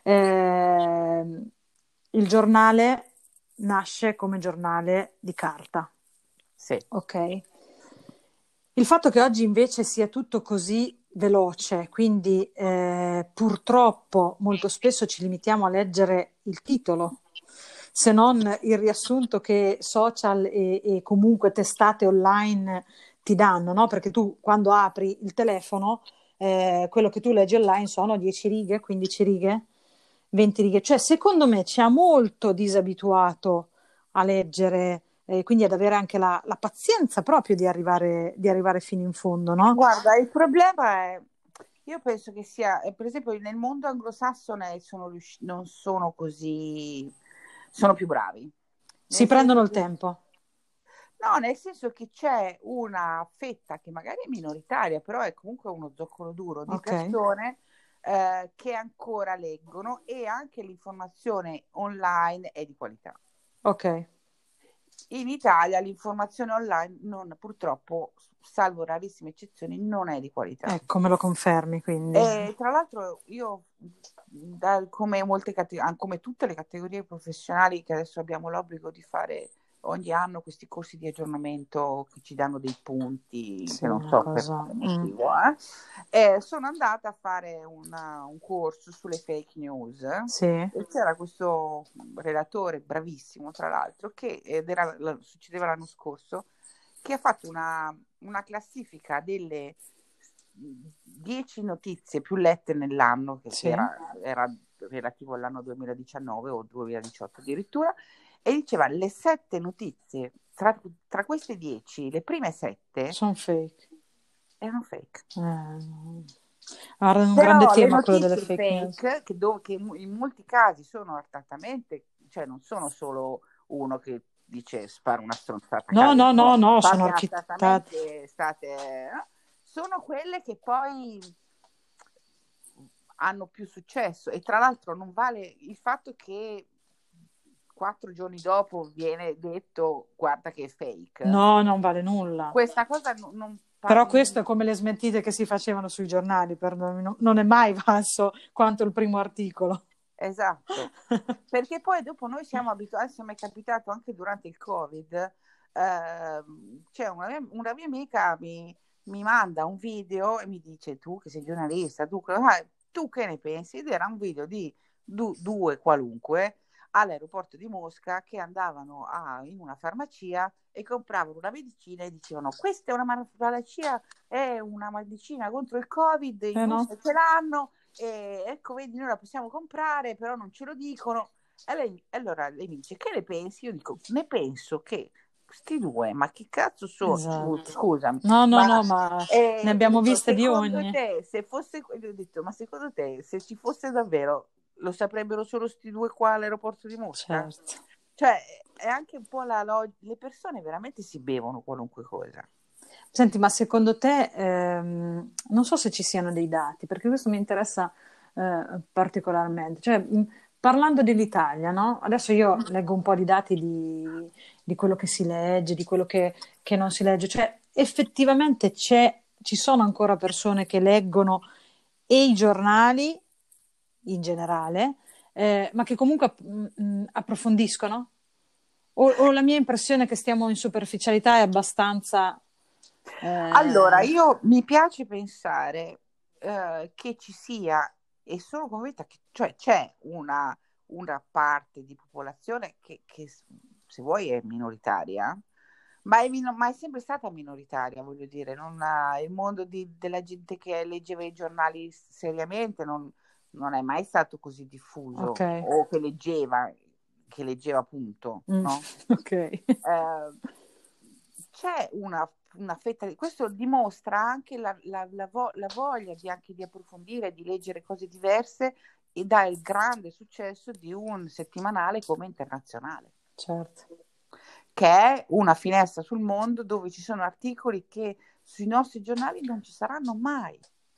Il giornale nasce come giornale di carta, sì. ok? Il fatto che oggi invece sia tutto così veloce, quindi purtroppo molto spesso ci limitiamo a leggere il titolo, se non il riassunto che social e comunque testate online ti danno, no? Perché tu quando apri il telefono, quello che tu leggi online sono 10 righe, 15 righe, 20 righe. Cioè, secondo me ci ha molto disabituato a leggere quindi ad avere anche la pazienza proprio di arrivare fino in fondo, no? Guarda, il problema è, io penso che sia, per esempio nel mondo anglosassone non sono così, sono più bravi. Si Nel prendono senso il che tempo. No, nel senso che c'è una fetta che magari è minoritaria, però è comunque uno zoccolo duro di Ok, persone che ancora leggono e anche l'informazione online è di qualità. ok. In Italia l'informazione online purtroppo, salvo rarissime eccezioni, non è di qualità. Ecco, me lo confermi, quindi. E tra l'altro io, come tutte le categorie professionali che adesso abbiamo l'obbligo di fare ogni anno questi corsi di aggiornamento che ci danno dei punti, Sì, che non una so per cosa... quale motivo, sono andata a fare un corso sulle fake news Sì, e c'era questo relatore bravissimo, tra l'altro, succedeva l'anno scorso, che ha fatto una classifica delle 10 notizie più lette nell'anno, che sì. era relativo all'anno 2019 o 2018 addirittura, e diceva le 7 notizie, tra queste 10, le prime 7 Sono fake. erano fake. Guarda, è un grande Però le tema quello delle notizie fake news. fake, che in molti casi sono artatamente, cioè non sono solo uno che dice spara una stronzata a No, caso, no, no, sono no, sono fatte architettate. artatamente, sono quelle che poi hanno più successo e tra l'altro non vale il fatto che 4 giorni dopo viene detto guarda che è fake. No, non vale nulla. Questa cosa non Però questo è come le smentite che si facevano sui giornali, non è mai valso quanto il primo articolo. esatto. Perché poi dopo noi siamo abituati, se mi è capitato anche durante il Covid, c'è una mia amica mi manda un video e mi dice: tu che sei giornalista, tu che ne pensi? Ed era un video di due qualunque all'aeroporto di Mosca che andavano in una farmacia e compravano una medicina e dicevano: questa è una farmacia, è una medicina contro il Covid, in Russia ce l'hanno, e ecco vedi, noi la possiamo comprare, però non ce lo dicono. Allora lei mi dice: che ne pensi? Io dico: ne penso che questi due, ma che cazzo sono? Esatto. Scusami, No, ma ma ne abbiamo dico, viste di secondo ogni. te, se fosse, gli ho detto, ma secondo te, se ci fosse davvero, lo saprebbero solo sti due qua all'aeroporto di Mosca? Certo. Cioè, è anche un po' le persone veramente si bevono qualunque cosa. Senti, ma secondo te, non so se ci siano dei dati, perché questo mi interessa particolarmente. Cioè, parlando dell'Italia, no? Adesso io leggo un po' di dati di quello che si legge, di quello che non si legge. Cioè, effettivamente ci sono ancora persone che leggono e i giornali in generale, ma che comunque approfondiscono? O la mia impressione è che stiamo in superficialità è abbastanza... Allora, eh, io mi piace pensare che ci sia, e sono convinta che cioè, c'è una parte di popolazione che, se vuoi, è minoritaria, ma è sempre stata minoritaria, voglio dire, il mondo della gente che leggeva i giornali seriamente non è mai stato così diffuso, ok. o che leggeva appunto, no? Ok. C'è una fetta di questo dimostra anche la voglia anche di approfondire, di leggere cose diverse, e dà il grande successo di un settimanale come Internazionale, Certo. che è una finestra sul mondo dove ci sono articoli che sui nostri giornali non ci saranno mai.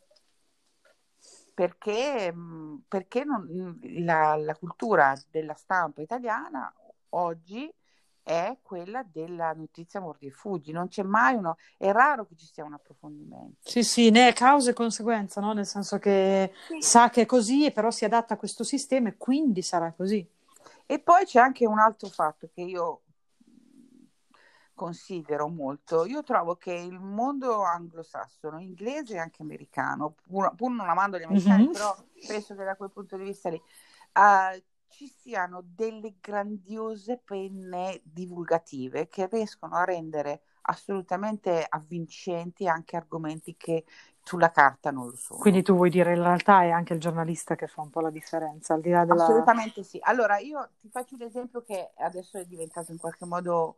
Perché la cultura della stampa italiana oggi è quella della notizia mordi e fuggi, non c'è mai è raro che ci sia un approfondimento. Sì, sì, ne è causa e conseguenza, no? Nel senso che Sì. sa che è così e però si adatta a questo sistema e quindi sarà così. E poi c'è anche un altro fatto che io considero molto. Io trovo che il mondo anglosassone, inglese e anche americano, pur non amando gli americani, Mhm. però penso che da quel punto di vista lì ci siano delle grandiose penne divulgative che riescono a rendere assolutamente avvincenti anche argomenti che sulla carta non lo sono. Quindi tu vuoi dire in realtà è anche il giornalista che fa un po' la differenza, al di là della... Assolutamente sì. Allora, io ti faccio un esempio che adesso è diventato in qualche modo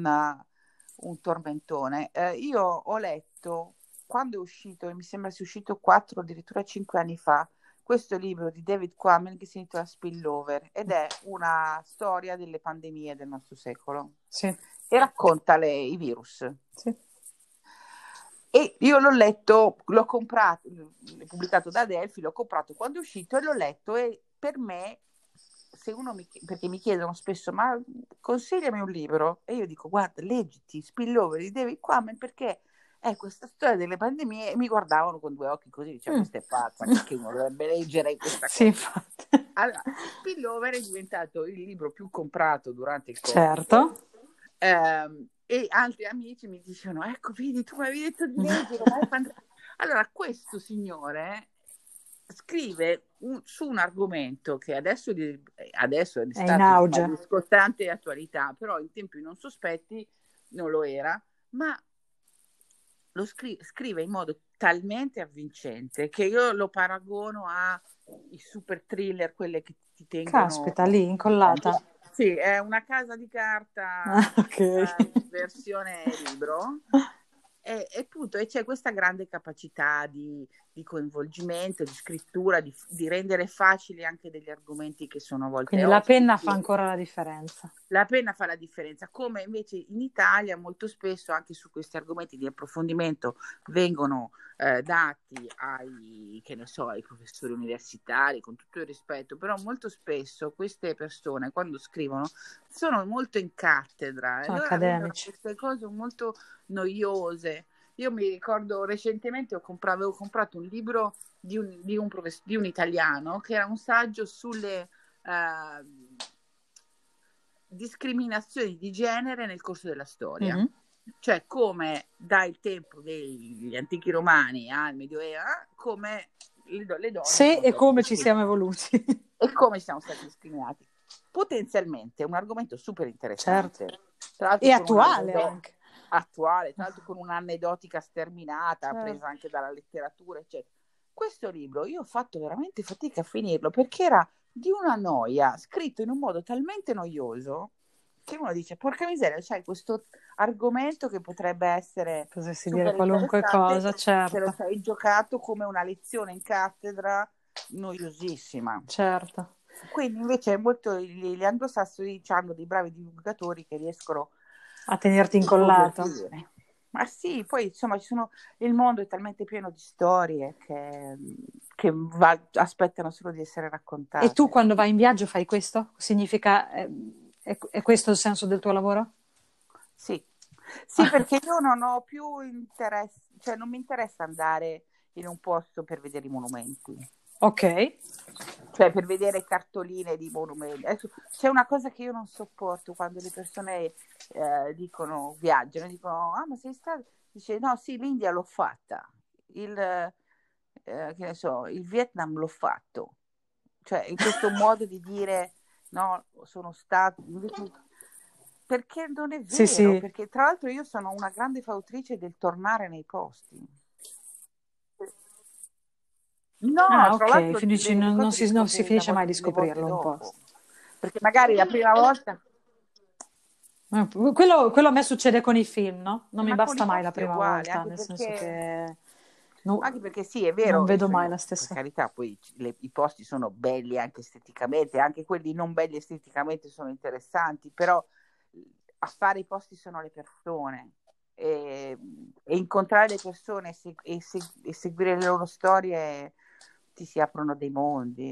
un tormentone. Io ho letto, quando è uscito, e mi sembra sia uscito 4, addirittura 5 anni fa, questo libro di David Quammen che si intitola Spillover, ed è una storia delle pandemie del nostro secolo Sì, e racconta i virus. sì. E io l'ho letto, l'ho comprato, è pubblicato da Adelphi, l'ho comprato quando è uscito e l'ho letto, e per me, se uno perché mi chiedono spesso, ma consigliami un libro, e io dico: guarda, leggiti Spillover di David Quammen, perché è questa storia delle pandemie, e mi guardavano con due occhi così, dicevano: questa è pazza, che uno dovrebbe leggere questa Sì, cosa. infatti. Allora, Spillover è diventato il libro più comprato durante il Covid. Certo. E altri amici mi dicevano: ecco, vedi, tu mi avevi detto di leggere, ma è fantastico. Allora, questo signore scrive su un argomento che adesso è È in stato auge. di scottante attualità, però in tempi non sospetti non lo era, ma lo scrive in modo talmente avvincente che io lo paragono ai super thriller, quelle che ti tengono. Caspita, lì, incollata. Sì, è una casa di carta, Ok. versione libro. E appunto, e c'è questa grande capacità di coinvolgimento, di scrittura, di rendere facili anche degli argomenti che sono a volte Quindi la oscuri. penna fa ancora la differenza. La penna fa la differenza, come invece in Italia molto spesso anche su questi argomenti di approfondimento vengono dati che ne so, ai professori universitari, con tutto il rispetto, però molto spesso queste persone quando scrivono sono molto in cattedra e Sono allora rendono accademici. queste cose molto noiose. Io mi ricordo recentemente avevo comprato un libro di un italiano che era un saggio sulle discriminazioni di genere nel corso della storia. Mhm. Cioè come dal tempo degli antichi romani al Medioevo, come le donne Se sono e state come ci discriminate siamo evoluti. e come siamo stati discriminati. Potenzialmente è un argomento super interessante. Certo. Tra l'altro E con attuale anche. attuale, tra l'altro con un'aneddotica sterminata, Certo. presa anche dalla letteratura, eccetera. Questo libro io ho fatto veramente fatica a finirlo perché era di una noia, scritto in un modo talmente noioso che uno dice, porca miseria, c'hai questo argomento che potrebbe essere Potresti dire super qualunque cosa, interessante, te lo certo, sei giocato come una lezione in cattedra noiosissima. certo. Quindi invece è molto gli anglosassoni hanno dei bravi divulgatori che riescono A tenerti a incollato. incuriosire. Ma sì, poi insomma il mondo è talmente pieno di storie che aspettano solo di essere E raccontate. tu quando vai in viaggio fai questo? Significa, è questo il senso del tuo lavoro? Sì. Sì, perché io non ho più interesse, cioè non mi interessa andare in un posto per vedere i monumenti. Ok. Cioè per vedere cartoline di monumenti. Adesso, c'è una cosa che io non sopporto quando le persone viaggiano e dicono, ah ma sei stato? Dice, no sì, l'India l'ho fatta, che ne so, il Vietnam l'ho fatto. Cioè in questo modo di dire, no, sono stato... Perché non è Sì, vero, sì. perché tra l'altro io sono una grande fautrice del tornare nei posti. No, Ah, tra ok, l'altro quindi le non cose le non si scopri finisce mai di le volte scoprirlo un dopo, posto. perché magari la prima volta, Quello a me succede con i film, no? Non mi ma con i basta mai la posti è prima uguale, volta, nel senso che anche perché sì, è non vero, vedo adesso mai la io, per stessa. carità, poi i posti sono belli anche esteticamente, anche quelli non belli esteticamente sono interessanti, però a fare i posti sono le persone e incontrare le persone e seguire le loro storie ti si aprono dei mondi.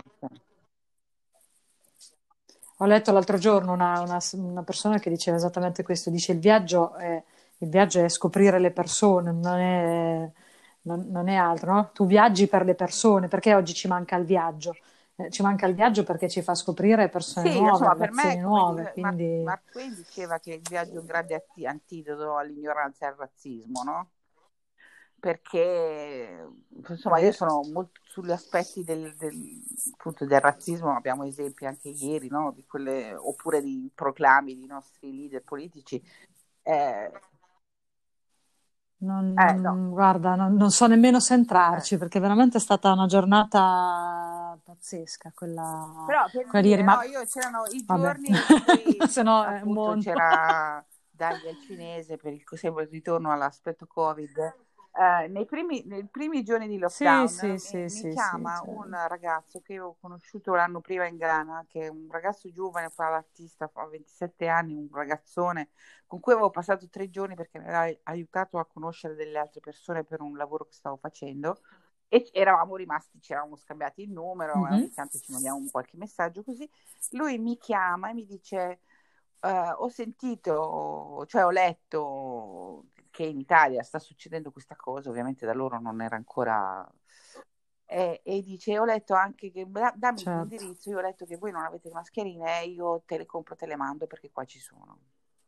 Ho letto l'altro giorno una persona che diceva esattamente questo, dice il viaggio è scoprire le persone, non è altro, no? Tu viaggi per le persone, perché oggi ci manca il viaggio? Ci manca il viaggio perché ci fa scoprire persone Sì, nuove, insomma, per me, relazioni come nuove, quindi Mark Twain diceva che il viaggio è un grande antidoto all'ignoranza e al razzismo, no? Perché insomma io sono molto sugli aspetti appunto, del razzismo, abbiamo esempi anche ieri, no? Oppure di proclami di nostri leader politici. Eh, no, guarda, non so nemmeno se eh. entrarci, perché veramente è stata una giornata pazzesca Però per quella di ieri, dire, no, ma io c'erano i vabbè, giorni in cui se no è un appunto mondo. c'era Dagli al cinese per sempre il ritorno all'aspetto Covid. Nei primi giorni di Sì, lockdown sì, sì, mi sì, sì, chiama cioè. un ragazzo che avevo conosciuto l'anno prima in Ghana, che è un ragazzo giovane, fa l'artista, fa 27 anni, un ragazzone con cui avevo passato 3 giorni perché mi aveva aiutato a conoscere delle altre persone per un lavoro che stavo facendo. E eravamo rimasti, ci eravamo scambiati il numero e Mhm. ogni tanto ci mandiamo un qualche messaggio così. Lui mi chiama e mi dice: ho sentito, cioè ho letto che in Italia sta succedendo questa cosa, ovviamente da loro non era ancora. E dice: Ho letto anche che dammi il tuo Certo. indirizzo. Io ho letto che voi non avete le mascherine, e io te le compro, te le mando perché qua ci sono.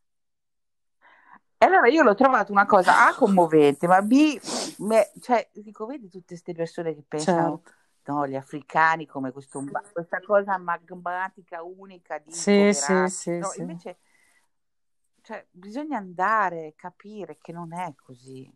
E allora io l'ho trovato una cosa A commovente, ma B, cioè, dico, vedi tutte queste persone che pensano, Certo. no, gli africani come questa cosa magmatica unica di Sì, sì, impoverati, sì, no, sì. invece, cioè, bisogna andare, capire che non è così.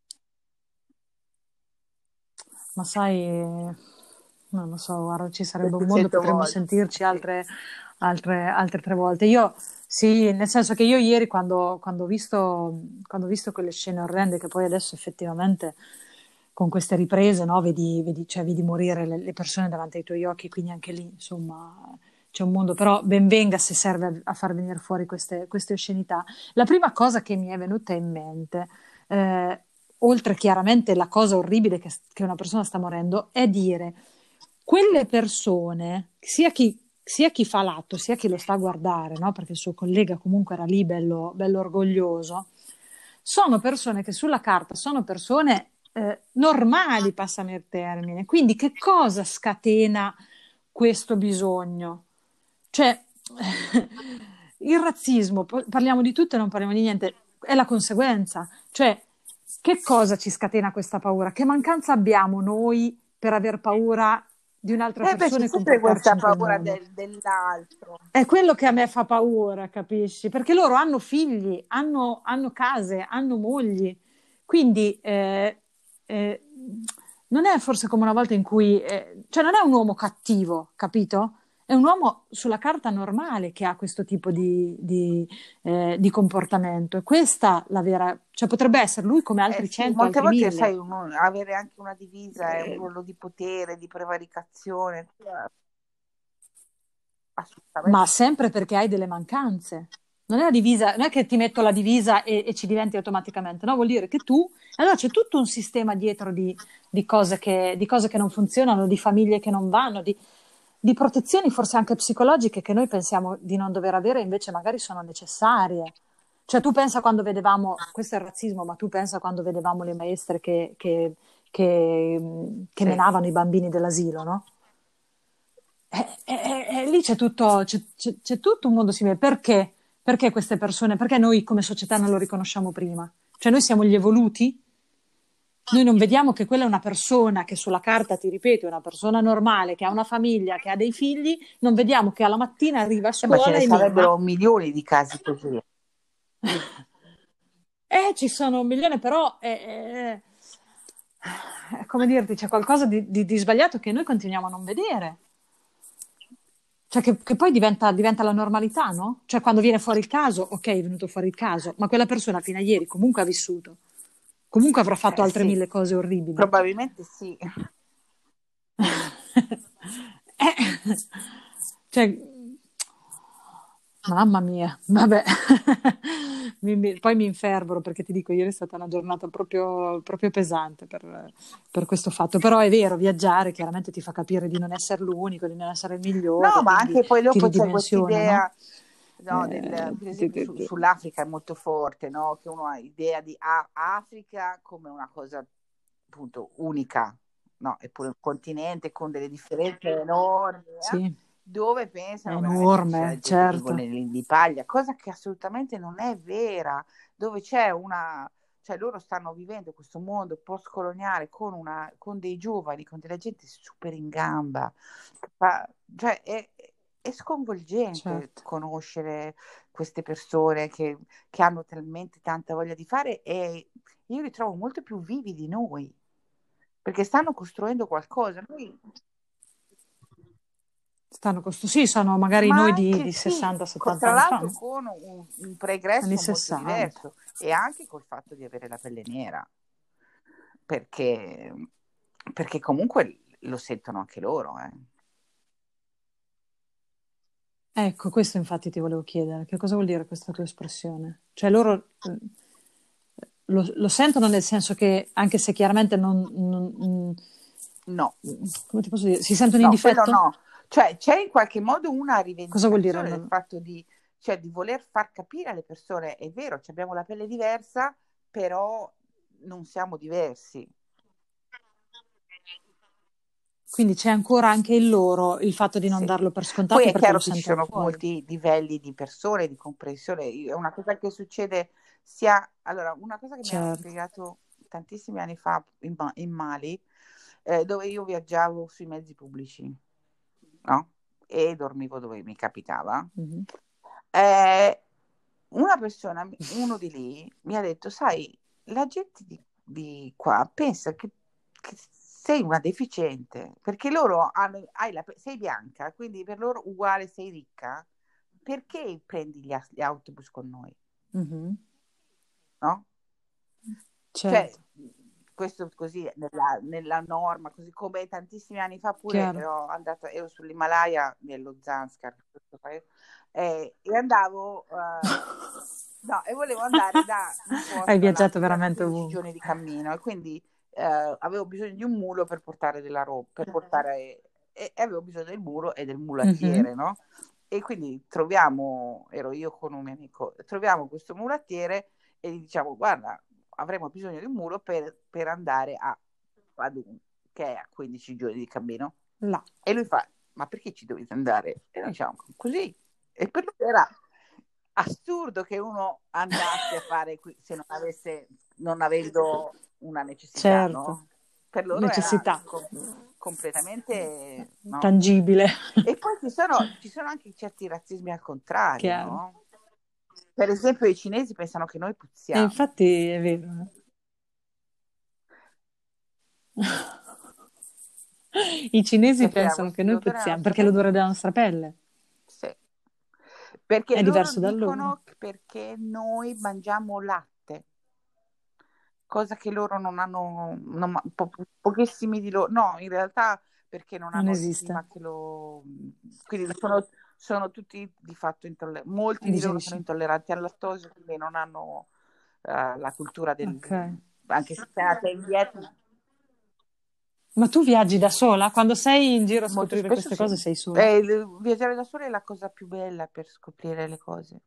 Ma sai, non lo so, guarda, ci sarebbe un mondo, 700 potremmo volte, sentirci sì. altre 3 volte. Io, sì, nel senso che io ieri quando ho visto quelle scene orrende che poi adesso effettivamente con queste riprese, no, cioè, vedi morire le persone davanti ai tuoi occhi, quindi anche lì, insomma, c'è un mondo, però ben venga se serve a far venire fuori queste oscenità. La prima cosa che mi è venuta in mente, oltre chiaramente la cosa orribile che una persona sta morendo, è dire quelle persone, sia chi fa l'atto, sia chi lo sta a guardare, no? Perché il suo collega comunque era lì bello, bello orgoglioso, sono persone che sulla carta sono persone normali, passami il termine. Quindi che cosa scatena questo bisogno? Cioè, il razzismo, parliamo di tutto e non parliamo di niente, è la conseguenza. Cioè, che cosa ci scatena questa paura? Che mancanza abbiamo noi per aver paura di un'altra Beh, c'è persona e sempre comportarci questa in quel paura modo? dell'altro. È quello che a me fa paura, capisci? Perché loro hanno figli, hanno case, hanno mogli. Quindi eh, non è forse come una volta in cui, cioè non è un uomo cattivo, capito? È un uomo sulla carta normale che ha questo tipo di comportamento. E questa la vera, cioè potrebbe essere lui come altri Sì, 100, molte altri volte, 1000. sai, avere anche una divisa è un Eh, ruolo di potere, di prevaricazione. ma Assolutamente. sempre perché hai delle mancanze. Non è la divisa, non è che ti metto la divisa e ci diventi automaticamente, no, vuol dire che tu, allora c'è tutto un sistema dietro di cose che non funzionano, di famiglie che non vanno, di protezioni forse anche psicologiche che noi pensiamo di non dover avere, invece magari sono necessarie. Cioè tu pensa quando vedevamo, questo è il razzismo, ma tu pensa quando vedevamo le maestre che Sì. menavano i bambini dell'asilo, no? Lì c'è tutto un mondo simile. Perché? Perché queste persone, perché noi come società non lo riconosciamo prima? Cioè noi siamo gli evoluti? Noi non vediamo che quella è una persona che sulla carta, ti ripeto, è una persona normale, che ha una famiglia, che ha dei figli, non vediamo che alla mattina arriva a Ma ce scuola ne e mena. sarebbero milioni di casi così. Ci sono un milione, però come dirti, c'è qualcosa di sbagliato che noi continuiamo a non vedere. Cioè che poi diventa la normalità, no? Cioè quando viene fuori il caso, ok, è venuto fuori il caso, ma quella persona fino a ieri comunque ha vissuto, comunque avrà fatto altre Sì, 1000 cose orribili. probabilmente sì. Cioè, mamma mia, vabbè, poi mi infervoro perché ti dico, ieri è stata una giornata proprio pesante per questo fatto, però è vero, viaggiare chiaramente ti fa capire di non essere l'unico, di non essere il No, migliore, ma quindi anche poi ti dopo c'è ridimensiona, no? quest'idea, no, per esempio sull'Africa è molto forte, no? Che uno ha idea di Africa come una cosa appunto unica, no? Eppure un continente con delle differenze enormi, Sì, dove è pensano veramente che c'è la enorme, gente che vive certo, di paglia, cosa che assolutamente non è vera, dove c'è una, cioè loro stanno vivendo questo mondo post-coloniale con dei giovani, con della gente super in gamba. Cioè è sconvolgente certo. conoscere queste persone che hanno talmente tanta voglia di fare e io li trovo molto più vivi di noi, perché stanno costruendo qualcosa. Sì, sono magari Ma noi anche di sì, 60-70 tra anni fa, l'altro no? con un Anni pregresso molto 60. diverso e anche col fatto di avere la pelle nera, perché, perché comunque lo sentono anche loro. Ecco, questo infatti ti volevo chiedere, che cosa vuol dire questa tua espressione? Cioè loro lo sentono nel senso che, anche se chiaramente No, come ti posso dire, si sentono in no, quello difetto? no. Cioè c'è in qualche modo una Cosa vuol dire? rivendicazione del fatto cioè, di voler far capire alle persone, è vero, abbiamo la pelle diversa, però non siamo diversi. Quindi c'è ancora anche il loro, il fatto di non Sì. darlo per Poi scontato è perché chiaro lo che ci sentono sono fuori. molti livelli di persone, di comprensione. È una cosa che succede sia... Allora, una cosa che mi hanno Certo. spiegato tantissimi anni fa in Mali, dove io viaggiavo sui mezzi pubblici, no? E dormivo dove mi capitava. Mhm. Eh, una persona, uno di lì, mi ha detto, sai, la gente di qua pensa che sei una deficiente, perché loro sei bianca, quindi per loro uguale sei ricca, perché prendi gli autobus con noi, Mhm. no? Cioè, Certo, questo così nella norma, così come tantissimi anni fa pure chiaro. ero sull'Himalaya, nello Zanskar, e andavo, no, e volevo andare da un Hai posto viaggiato all'altro, che erano veramente 15 ovunque. giorni di cammino, e quindi avevo bisogno di un mulo per portare della roba, per portare, e avevo bisogno del mulo e del Mhm. mulattiere, no? E quindi ero io con un mio amico, troviamo questo mulattiere e gli diciamo guarda, avremo bisogno di un mulo per andare a Padun, che è a 15 giorni di cammino. Là. E lui fa, ma perché ci dovete andare? E noi diciamo, così. E per lui era assurdo che uno andasse a fare qui se non avesse, non avendo una necessità, Certo, no? Per loro era necessità completamente, no? tangibile. E poi ci sono anche certi razzismi al contrario, Chiaro. no? Per esempio i cinesi pensano che noi E puzziamo. infatti è vero. I cinesi Che abbiamo pensano che noi l'odore della puzziamo nostra perché pelle. l'odore della nostra pelle Sì. Perché è loro diverso da loro. dicono perché noi mangiamo latte, cosa che loro non hanno, pochissimi di loro, no, in realtà perché non Non hanno il esiste. clima che lo... Quindi sono tutti di fatto intolleranti, molti di loro sono Digerisci. intolleranti al lattosio, quindi non hanno la cultura del... Ok. Anche se sei andata in Vietnam, Ma tu viaggi da sola? Quando sei in giro a molto scoprire spesso queste sì. cose sei sola? Viaggiare da sola è la cosa più bella per scoprire le cose.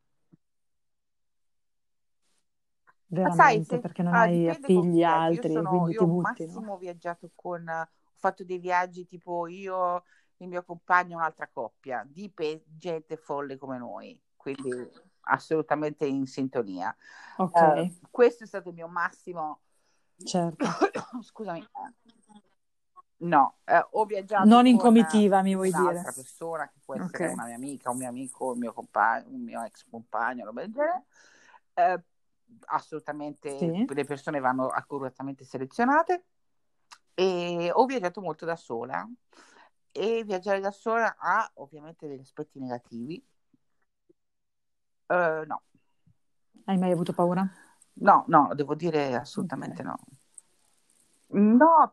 Ma sai, Veramente, se, perché non hai dipende con chi figli viaggi. altri e quindi Io ti ho butti, no? massimo viaggiato ho fatto dei viaggi tipo io, il mio compagno, un'altra coppia di gente folle come noi, quindi assolutamente in sintonia. Ok, Questo è stato il mio massimo. certo. Scusami. No, ho viaggiato Non in con comitiva, mi vuoi dire? un'altra persona che può essere Ok. una mia amica, un mio amico, un mio compagno, un mio ex compagno, roba del genere. Eh, assolutamente Sì. le persone vanno accuratamente selezionate e ho viaggiato molto da sola e viaggiare da sola ha ovviamente degli aspetti negativi. No, Hai mai avuto paura? no, no, devo dire Ok. assolutamente no. No,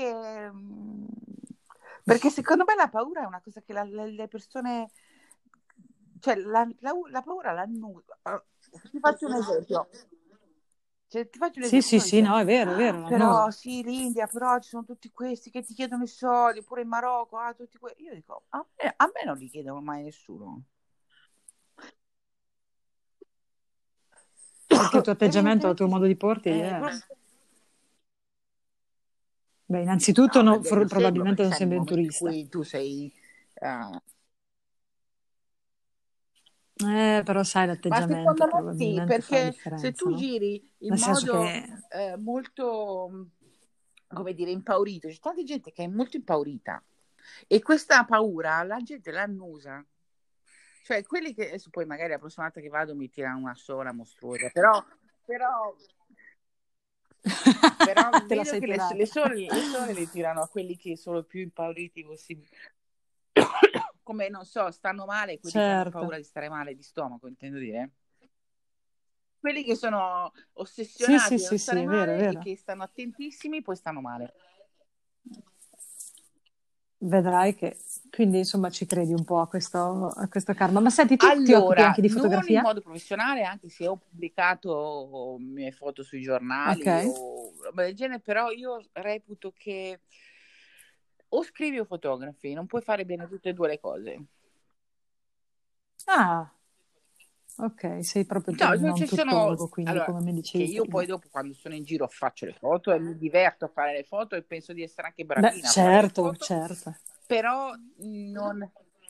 perché secondo me la paura è una cosa che le persone, cioè la paura l'hanno. Ti faccio un esempio. Cioè, ti faccio un Sì, esempio. sì, Uno sì, dice, no, è vero, però l'annoso. sì, l'India, però ci sono tutti questi che ti chiedono i soldi, pure in Marocco, tutti Io dico, a me non li chiedono mai nessuno. Perché il tuo atteggiamento, il tuo Evidentemente modo sì. di porti è diverso. Proprio- Beh, innanzitutto no, lo sembro, probabilmente perché non sai, nel sembri un momento in turista. cui tu sei... Però sai, Ma l'atteggiamento secondo me sì, probabilmente fa la perché se differenza, tu no? giri in Nel senso modo che, molto, come dire, impaurito, c'è tanta gente che è molto impaurita e questa paura la gente l'annusa. Cioè, quelli che adesso poi magari la prossima volta che vado mi tirano una sola mostruosa, però, però te la vedo sei che tirata. le sole le tirano a quelli che sono più impauriti possibili. Come non so, stanno male, quelli che hanno Certo. paura di stare male di stomaco, intendo dire. Quelli che sono Sì, sì, ossessionati a non sì, sì, stare è vero, è male e vero. che stanno attentissimi, poi stanno male. Vedrai che, quindi insomma ci credi un po' a questo karma. Ma senti, tu ti occupi Allora, anche di non in fotografia? modo professionale, anche se ho pubblicato mie foto sui Ok. giornali o roba del genere, però io reputo che o scrivi o fotografi, non puoi fare bene tutte e due le cose. Ah, ok, sei proprio tu, No, non ci sono, tuttologo, quindi allora, come mi che dicevi io poi prima. dopo quando sono in giro faccio le foto e mi diverto a fare le foto e penso di essere anche Beh, bravina a fare le certo, foto, certo. però non...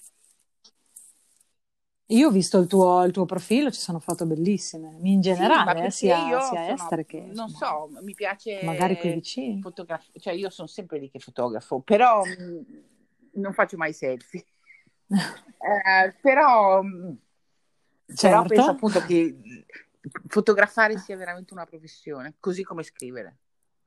Io ho visto il tuo profilo, ci sono foto bellissime, in Sì, ma generale, perché io sia sono, estere che, non insomma, so, mi magari qui piace vicini. fotografare, cioè io sono sempre lì che fotografo, però non faccio mai selfie. Però, penso Certo. appunto che fotografare sia veramente una professione, così come scrivere.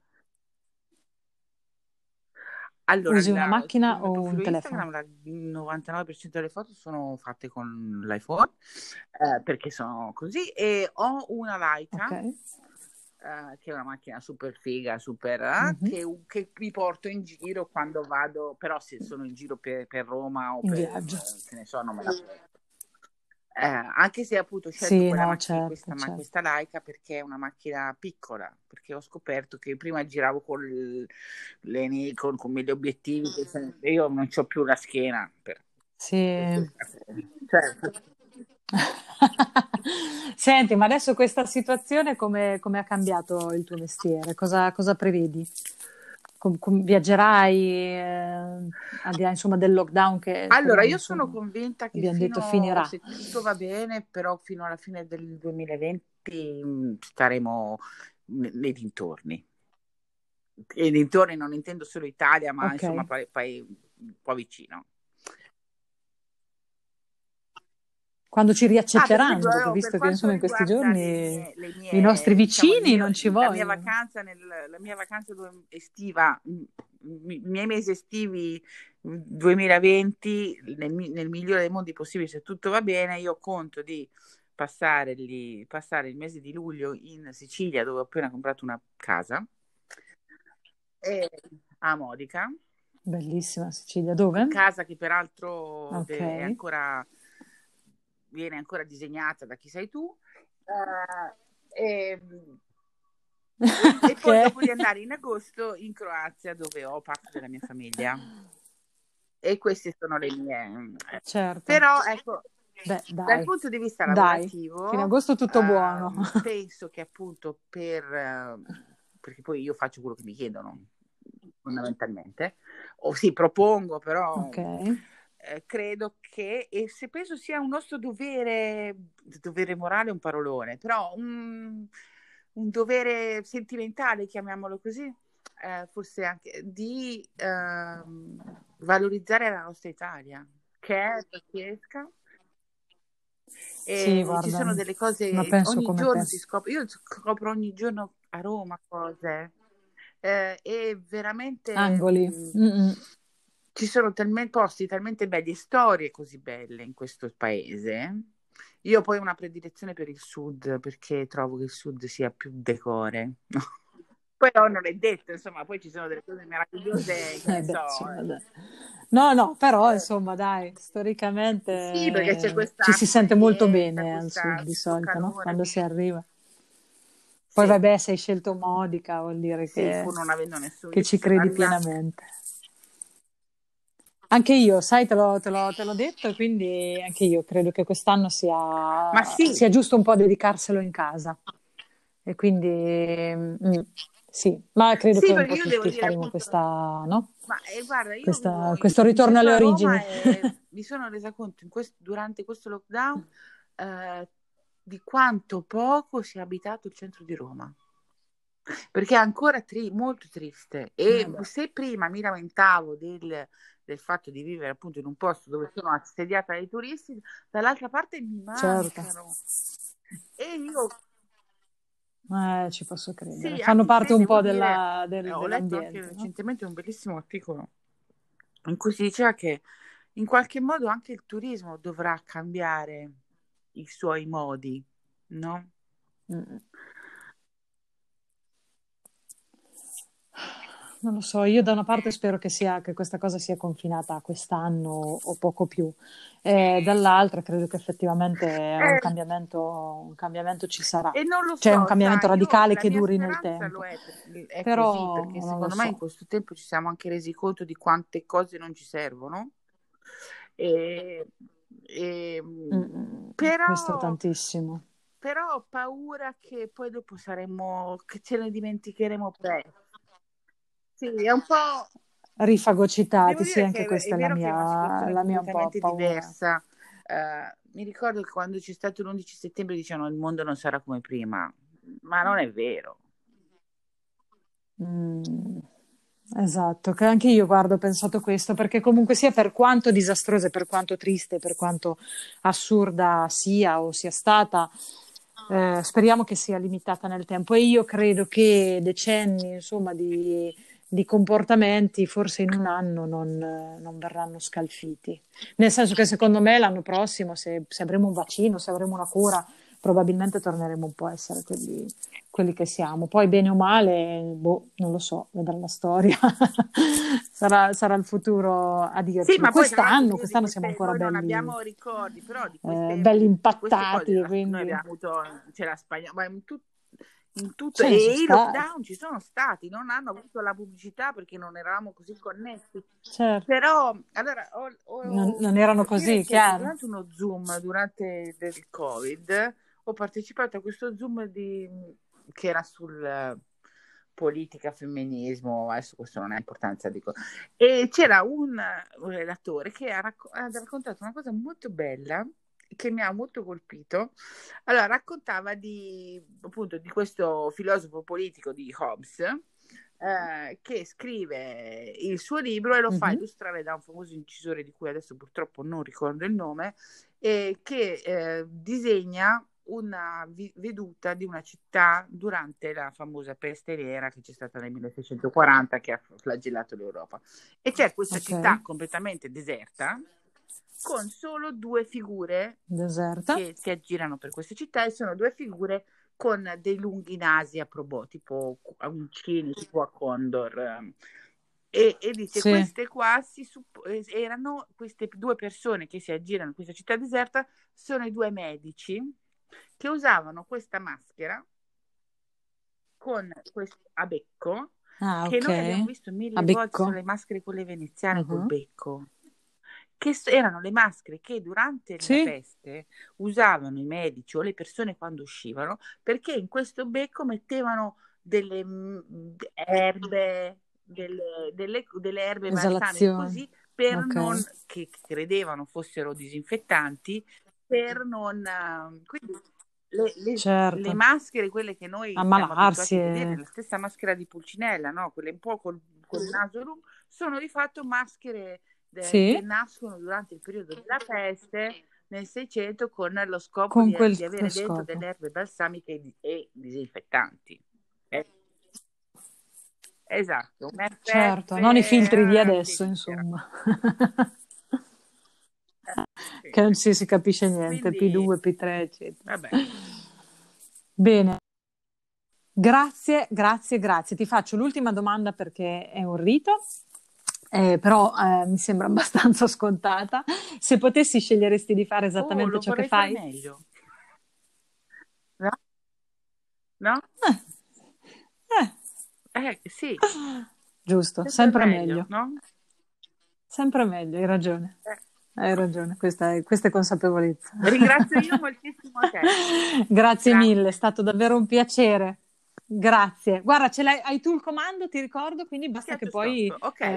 Allora, Usi una sul macchina mio o un profilo telefono? Instagram il 99% delle foto sono fatte con l'iPhone, perché sono così, e ho una Ok. Leica, che è una macchina super figa, super, Mhm. che mi porto in giro quando vado, però se sono in giro per Roma o In per, viaggio. che ne so, non me la anche se appunto ho scelto Sì, quella no, macchina, certo, certo. questa Leica perché è una macchina piccola, perché ho scoperto che prima giravo con le Nikon, con mille obiettivi, e io non ho più la schiena Sì, cioè, Senti, ma adesso questa situazione come ha cambiato il tuo mestiere? Cosa prevedi? Viaggerai, al di là insomma del lockdown che Allora, speriamo io sono insomma, convinta che abbiamo detto fino, finirà. se tutto va bene, però fino alla fine del 2020 staremo nei dintorni. E dintorni non intendo solo Italia, ma Ok. insomma, un po' vicino. Quando ci Per esempio, riaccetteranno, perché per visto che quanto insomma in questi riguarda giorni le i nostri mie, diciamo, vicini non ci la mia vogliono. vacanza, estiva, i miei mesi estivi 2020, nel migliore dei mondi possibili, se tutto va bene, io conto di passare il mese di luglio in Sicilia, dove ho appena comprato una casa, e a Modica, Bellissima Sicilia, dove? casa che peraltro Ok. viene ancora disegnata da chi sei tu. E, e Ok. poi dopo di andare in agosto in Croazia, dove ho parte della mia famiglia. E queste sono le mie. Certo. Però ecco, Beh, dal dai, punto di vista dai, fino a lavorativo, agosto tutto buono. penso che appunto perché poi io faccio quello che mi chiedono, fondamentalmente, o sì, propongo, però Ok. credo che, e se penso sia un nostro dovere morale è un parolone, però un dovere sentimentale, chiamiamolo così, forse anche di valorizzare la nostra Italia, che è pazzesca. Sì, E ci guarda, sono delle la cose, penso ogni come giorno te. si scopre, io scopro ogni giorno a Roma cose, e veramente Angoli. Mm-mm. ci sono posti talmente belli e storie così belle in questo paese. Io poi ho una predilezione per il sud, perché trovo che il sud sia più decore. Però non è detto, insomma, poi ci sono delle cose meravigliose, che ne Beh, so. insomma, dai. No, no, però insomma, dai, storicamente Sì, perché c'è questa ci si sente molto accoglienza, bene al sud di questo solito, no? calore. Quando si arriva. Poi Sì, vabbè, se hai scelto Modica, vuol dire sì, pur non avendo nessuno. che Io ci ci sono credi arrivata. pienamente. Anche io, sai, te l'ho detto, e quindi anche io credo che quest'anno Ma sì, sia giusto un po' dedicarselo in casa. E quindi sì, ma credo sì, che un perché po' io devo tutti dire faremo appunto, questa, no? ma guarda, io vivo Questo in ritorno centro alle a origini. Roma e mi sono resa conto durante questo lockdown eh, di quanto poco si è abitato il centro di Roma. Perché è ancora molto triste. E Beh, se prima mi lamentavo del fatto di vivere appunto in un posto dove sono assediata dai turisti, dall'altra parte mi certo, mancano. E io ci posso credere. sì, Fanno anche parte se un devo po' dire, ho letto anche dell'ambiente, no? recentemente un bellissimo articolo in cui si diceva che in qualche modo anche il turismo dovrà cambiare i suoi modi, no? Mm. Non lo so, io da una parte spero che questa cosa sia confinata a quest'anno o poco più, dall'altra credo che effettivamente un cambiamento ci sarà, E non lo cioè un so, cambiamento sai, radicale la che mia duri nel speranza tempo, è così, però perché non lo secondo me in so. questo tempo ci siamo anche resi conto di quante cose non ci servono. E, e, Questo però, tantissimo. però ho paura che poi dopo che ce ne dimenticheremo presto. Sì, è un po'. Devo Rifagocitati, sì, dire anche che è questa è vero che è una situazione la mia un po' completamente paura. diversa. Mi ricordo che quando c'è stato l'11 settembre dicevano il mondo non sarà come prima, ma non è vero. Mm, esatto, che anche io guardo, ho pensato questo, perché comunque sia per quanto disastrosa, e per quanto triste, per quanto assurda sia o sia stata, speriamo che sia limitata nel tempo. E io credo che decenni, insomma, di comportamenti forse in un anno non verranno scalfiti. Nel senso che secondo me l'anno prossimo, se avremo un vaccino, se avremo una cura, probabilmente torneremo un po' a essere quelli che siamo. Poi bene o male, boh, non lo so, vedrà la storia. Sarà il futuro a Sì, dircelo. ma poi tra l'altro Quest'anno siamo ancora noi non belli, abbiamo ricordi, però belli di queste cose impattati, e noi quindi abbiamo avuto, c'è la Spagna, ma in tutto, Ce ne sono e i stati. lockdown ci sono stati, non hanno avuto la pubblicità perché non eravamo così connessi. Certo. Però, allora, Non erano dire così, che chiaro. durante uno Zoom, durante il Covid, ho partecipato a questo Zoom che era sul politica, femminismo, adesso questo non ha importanza, dico. E c'era un relatore che ha raccontato una cosa molto bella che mi ha molto colpito. Allora, raccontava appunto di questo filosofo politico di Hobbes, che scrive il suo libro e lo fa Mhm. illustrare da un famoso incisore di cui adesso purtroppo non ricordo il nome, che disegna una veduta di una città durante la famosa peste nera che c'è stata nel 1640, che ha flagellato l'Europa. E c'è questa città Ok. completamente deserta con solo due figure Deserta. che si aggirano per queste città, e sono due figure con dei lunghi nasi a probò, tipo a uncini, tipo a condor. E dice, Sì. queste qua erano queste due persone che si aggirano in questa città deserta, sono i due medici che usavano questa maschera con questo a becco, Ah, che ok. noi abbiamo visto A mille volte, sono becco. le maschere quelle veneziane col Mhm. becco, che erano le maschere che durante la Sì. peste usavano i medici o le persone quando uscivano, perché in questo becco mettevano delle erbe, delle erbe balsamiche Esalazione. così, per Ok. non, che credevano fossero disinfettanti, per non... quindi le Certo. maschere, quelle che noi siamo Ammalarsi. abituati a vedere, la stessa maschera di Pulcinella, no? Quelle un po' col naso lungo, sono di fatto maschere Sì. che nascono durante il periodo della peste nel 600 con lo scopo Con quel di avere dentro scopo. delle erbe balsamiche e disinfettanti. Eh, esatto, un Certo, non i FF, filtri di che adesso, lettera. insomma. Sì. Che non si capisce niente, Quindi, P2, P3, eccetera. vabbè. Bene, grazie, grazie, grazie. Ti faccio l'ultima domanda perché è un rito, però mi sembra abbastanza scontata. Se potessi, sceglieresti di fare Oh, esattamente lo ciò che vorrei fare fai? meglio. No? No? Eh, Sì, giusto, sempre sempre meglio, meglio. no? Sempre meglio, hai ragione. Eh. Hai ragione, questa è consapevolezza. Ringrazio io moltissimo te. Grazie mille, è Grazie. stato davvero un piacere. Grazie. Guarda, hai tu il comando, ti ricordo, quindi basta che Schiaccio poi stop. Ok.